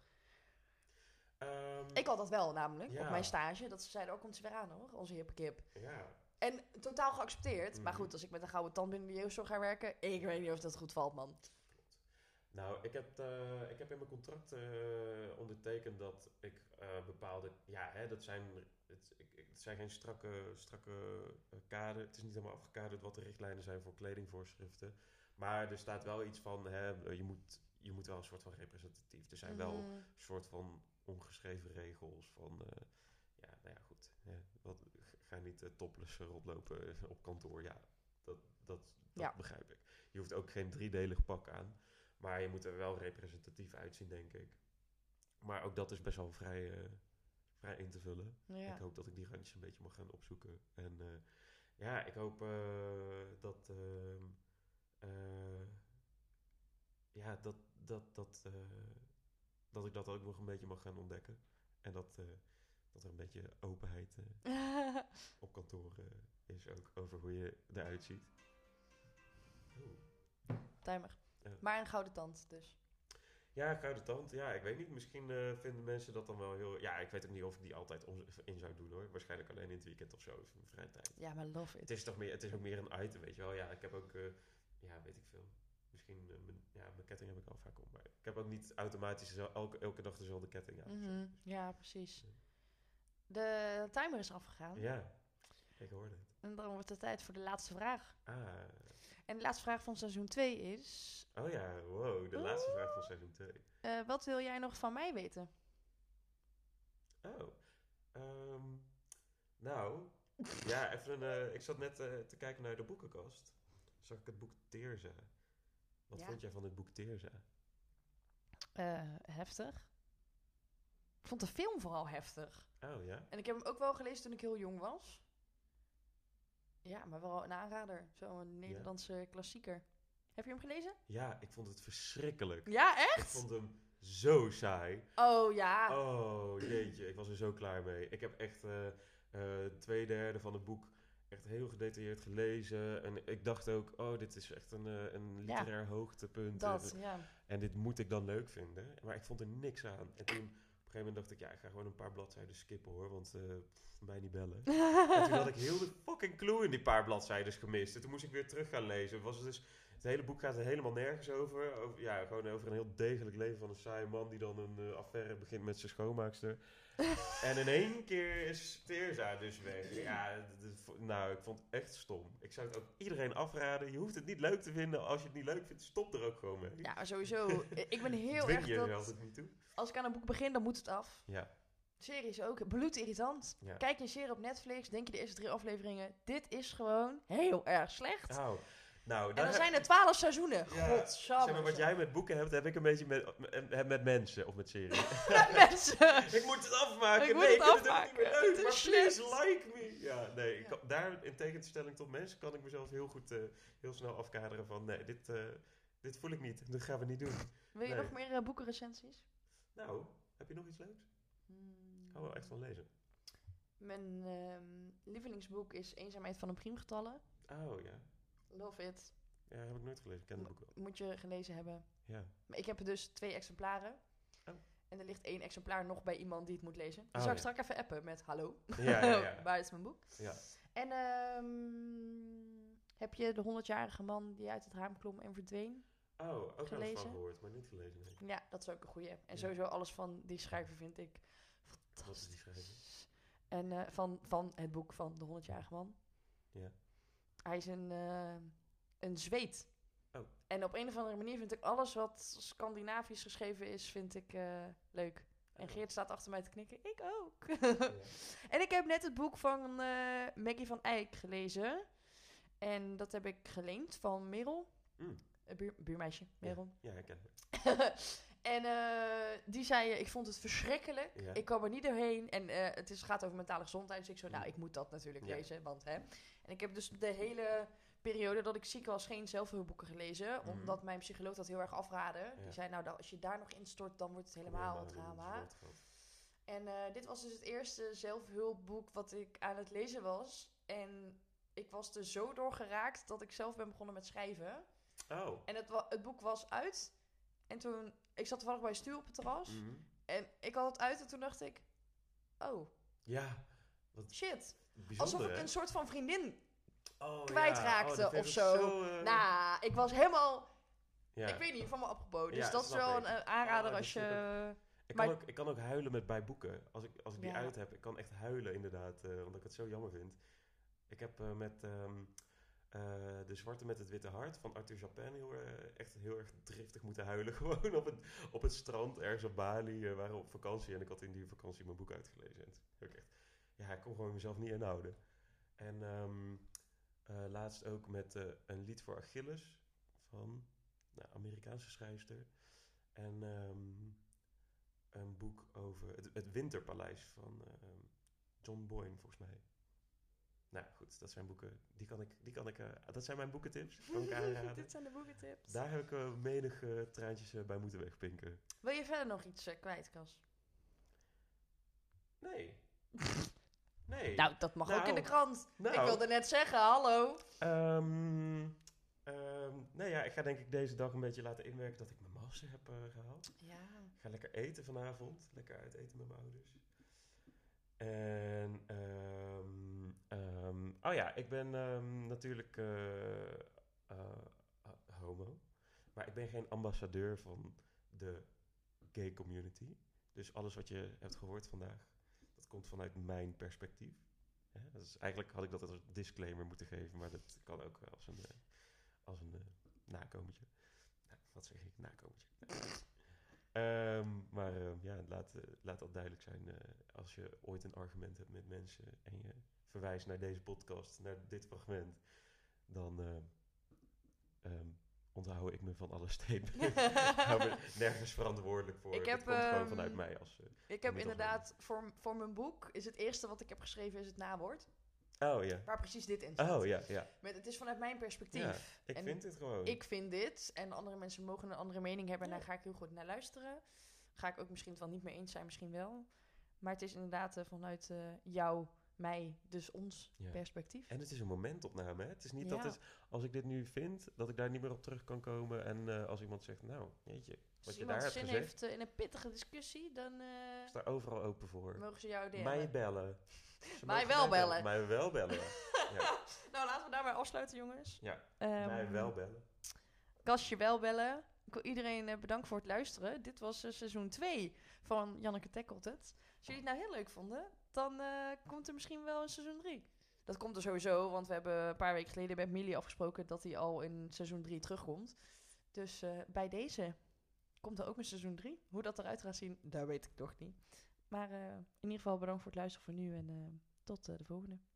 Ehm, Ik had dat wel namelijk, Ja. op mijn stage. Dat ze zeiden, oh, komt ze weer aan hoor, onze hippe kip. Ja. En totaal geaccepteerd. Maar Mhm. goed, als ik met een gouden tand binnen de jeugdzorg ga werken, ik weet niet of dat goed valt, man. Nou, ik heb, eh, ik heb in mijn contract eh, ondertekend dat ik eh, bepaalde... Ja, hè, dat zijn, het, ik, ik- het zijn geen strakke, strakke eh, kader. Het is niet helemaal afgekaderd wat de richtlijnen zijn voor kledingvoorschriften. Maar er staat wel iets van... Hè, je, moet, je moet wel een soort van representatief. Er zijn wel Mhm. een soort van ongeschreven regels van... eh, ja, nou ja, goed. Hè, wat, ga niet uh, topless rondlopen op kantoor. Ja, dat, dat, dat Ja. begrijp ik. Je hoeft ook geen driedelig pak aan. Maar je moet er wel representatief uitzien, denk ik. Maar ook dat is best wel vrij, eh, vrij in te vullen. Ja. Ik hoop dat ik die randjes een beetje mag gaan opzoeken. En eh, ja, ik hoop uh, dat... Uh, uh, ja, dat, dat, dat, uh, dat ik dat ook nog een beetje mag gaan ontdekken. En dat, uh, dat er een beetje openheid uh, op kantoor uh, is ook over hoe je eruit ziet. Oeh. Timer. Ja. Maar een gouden tand dus. Ja, gouden tand. Ja, ik weet niet. Misschien uh, vinden mensen dat dan wel heel... Ja, ik weet ook niet of ik die altijd om, in zou doen hoor. Waarschijnlijk alleen in het weekend of zo, of in mijn vrije tijd. Ja, maar love it. Het is toch meer, het is ook meer een item, weet je wel. Ja, ik heb ook... Uh, ja, weet ik veel. Misschien... Uh, mijn, ja, mijn ketting heb ik al vaak om. Maar ik heb ook niet automatisch elke, elke dag dezelfde ketting aan. Mm-hmm. Ja, precies. Ja. De timer is afgegaan. Ja, ik hoorde het. En dan wordt het tijd voor de laatste vraag. Ah... En de laatste vraag van seizoen twee is... Oh ja, wow, de laatste oh. vraag van seizoen twee. Uh, wat wil jij nog van mij weten? Oh, um, nou, ja, even een... Uh, ik zat net uh, te kijken naar de boekenkast. Zag ik het boek Teerza. Wat ja. vond jij van het boek Teerza? Uh, heftig. Ik vond de film vooral heftig. Oh ja? En ik heb hem ook wel gelezen toen ik heel jong was. Ja, maar wel een aanrader. Zo'n Nederlandse ja. klassieker. Heb je hem gelezen? Ja, ik vond het verschrikkelijk. Ja, echt? Ik vond hem zo saai. Oh, ja. Oh, jeetje. Ik was er zo klaar mee. Ik heb echt uh, uh, twee derde van het boek echt heel gedetailleerd gelezen. En ik dacht ook, oh, dit is echt een, uh, een literair ja. hoogtepunt. Dat, ja. En dit moet ik dan leuk vinden. Maar ik vond er niks aan. En toen... Op een gegeven moment dacht ik, ja, ik ga gewoon een paar bladzijden skippen hoor, want uh, pff, mij niet bellen. En toen had ik heel de fucking clue in die paar bladzijden gemist. En toen moest ik weer terug gaan lezen. Was het, dus, het hele boek gaat er helemaal nergens over. over. Ja, gewoon over een heel degelijk leven van een saaie man die dan een uh, affaire begint met zijn schoonmaakster. En in één keer is Teerza dus weg. Ja, d- d- nou, ik vond het echt stom. Ik zou het ook iedereen afraden. Je hoeft het niet leuk te vinden. Als je het niet leuk vindt, stop er ook gewoon mee. Ja, sowieso. Ik ben heel Dwing erg je dat... er altijd niet toe. Als ik aan een boek begin, dan moet het af. Ja. Series ook. Bloedirritant. Ja. Kijk je een serie op Netflix, denk je de eerste drie afleveringen... Dit is gewoon heel erg slecht. Oh. Nou, en dan heb... zijn er twaalf seizoenen. Ja, Godsamme. Zeg maar, wat jij met boeken hebt, heb ik een beetje met, met, met mensen of met series. Met mensen. Ik moet het afmaken. Ik nee, ik vind het ook niet meer leuk. Maar slecht. please like me. Ja, nee. Ja. Ik kan, daar, in tegenstelling tot mensen, kan ik mezelf heel goed, uh, heel snel afkaderen van... Nee, dit, uh, dit voel ik niet. Dat gaan we niet doen. Wil je nee. nog meer uh, boekenrecensies? Nou, heb je nog iets leuks? Hmm. Ik hou wel echt van lezen. Mijn um, lievelingsboek is Eenzaamheid van een priemgetallen. Oh, ja. Love it. Ja, heb ik nooit gelezen. Ik ken het boek wel. Moet je gelezen hebben. Ja. Maar ik heb er dus twee exemplaren. Oh. En er ligt één exemplaar nog bij iemand die het moet lezen. Dus oh, zal ik ja. straks even appen met hallo. Ja, ja, ja. Waar is mijn boek? Ja. En um, heb je de honderdjarige man die uit het raam klom en verdween? Oh, ook gelezen? wel eens van gehoord, maar niet gelezen. Nee. Ja, dat is ook een goeie. En ja. sowieso alles van die schrijver vind ik fantastisch. Wat is die schrijver? En uh, van, van het boek van de honderdjarige man. Ja. Hij is een, uh, een Zweed. Oh. En op een of andere manier vind ik alles wat Scandinavisch geschreven is, vind ik uh, leuk. En Geert staat achter mij te knikken. Ik ook. Ja. En ik heb net het boek van uh, Maggie van Eyck gelezen. En dat heb ik geleend van Merel. Mm. Buur, buurmeisje, Merel. Ja, ja ik ken het. En uh, die zei, ik vond het verschrikkelijk. Ja. Ik kwam er niet doorheen. En uh, het is, gaat over mentale gezondheid. Dus ik zo, nou, ik moet dat natuurlijk ja. lezen. Want, hè. En ik heb dus de hele periode dat ik ziek was geen zelfhulpboeken gelezen. Mm-hmm. Omdat mijn psycholoog dat heel erg afraadde. Ja. Die zei, nou, als je daar nog instort, dan wordt het helemaal een drama. En uh, dit was dus het eerste zelfhulpboek wat ik aan het lezen was. En ik was er zo door geraakt dat ik zelf ben begonnen met schrijven. Oh. En het, wa- het boek was uit. En toen, ik zat toevallig bij een stuur op het terras. Mm-hmm. En ik had het uit en toen dacht ik, oh. Ja. Wat shit. bijzonder, alsof ik hè? een soort van vriendin oh, kwijtraakte ja. oh, of zo. zo uh... Nou, ik was helemaal, ja. ik weet niet, van me apropos. Dus ja, dat is wel ik. een aanrader oh, als je... Ik maar... kan, ook, ik kan ook huilen met bij boeken. Als ik, als ik die ja. uit heb, ik kan echt huilen inderdaad. Uh, omdat ik het zo jammer vind. Ik heb uh, met um, uh, De Zwarte met het Witte Hart van Arthur Japin heel, uh, echt heel erg driftig moeten huilen. Gewoon op het, op het strand, ergens op Bali. We uh, waren op vakantie en ik had in die vakantie mijn boek uitgelezen. En toen ik echt, ja, ik kon gewoon mezelf niet inhouden. En um, uh, laatst ook met uh, een lied voor Achilles van nou, Amerikaanse schrijfster. En um, een boek over het, het Winterpaleis van uh, John Boyne, volgens mij. nou goed, dat zijn boeken. Die kan ik, die kan ik, uh, dat zijn mijn boekentips. Kan ik aanraden. Dit zijn de boekentips. Daar heb ik uh, menig uh, traantjes uh, bij moeten wegpinken. Wil je verder nog iets uh, kwijt, Cas? Nee. Nee. Nou, dat mag nou, ook in de krant. Nou, ik wilde net zeggen, hallo. Um, um, nou ja, ik ga denk ik deze dag een beetje laten inwerken dat ik mijn master heb uh, gehaald. Ja. Ik ga lekker eten vanavond. Lekker uit eten met mijn ouders. En, um, um, oh ja, ik ben um, natuurlijk uh, uh, uh, homo. Maar ik ben geen ambassadeur van de gay community. Dus alles wat je hebt gehoord vandaag, dat komt vanuit mijn perspectief. Ja, dus eigenlijk had ik dat als disclaimer moeten geven, maar dat kan ook als een, uh, als een uh, nakomertje. Nou, wat zeg ik? Nakomertje. um, maar uh, ja, laat, uh, laat dat duidelijk zijn. Uh, als je ooit een argument hebt met mensen en je verwijst naar deze podcast, naar dit fragment, dan uh, um, onthoud ik me van alle statements. Ik hou me nergens verantwoordelijk voor. Ik Het heb, komt um, gewoon vanuit mij. Als, uh, ik heb inderdaad, voor, voor mijn boek, is het eerste wat ik heb geschreven is het nawoord. Oh ja. Waar precies dit in staat. Oh ja, ja. Met, het is vanuit mijn perspectief. Ja, ik en vind dit gewoon. Ik vind dit. En andere mensen mogen een andere mening hebben. Ja. En daar ga ik heel goed naar luisteren. Ga ik ook misschien het wel niet mee eens zijn, misschien wel. Maar het is inderdaad uh, vanuit uh, jou, mij, dus ons ja. perspectief. En het is een momentopname. Hè? Het is niet ja. dat het, als ik dit nu vind, dat ik daar niet meer op terug kan komen. En uh, als iemand zegt, nou, jeetje, wat als je daar hebt zin gezegd. heeft uh, in een pittige discussie, dan uh, is daar overal open voor. Mogen ze jou delen. Mij bellen. Mij wel bellen. Mij wel bellen. Ja. Nou, laten we daarbij afsluiten, jongens. Ja, um, mij wel bellen. Kastje wel bellen. Ik wil iedereen uh, bedanken voor het luisteren. Dit was uh, seizoen twee van Janneke Tackelt Het. Als jullie het nou heel leuk vonden, dan uh, komt er misschien wel een seizoen drie. Dat komt er sowieso, want we hebben een paar weken geleden met Millie afgesproken dat hij al in seizoen drie terugkomt. Dus uh, bij deze komt er ook een seizoen drie. Hoe dat eruit gaat zien, dat weet ik nog niet. Maar uh, in ieder geval bedankt voor het luisteren voor nu en uh, tot uh, de volgende.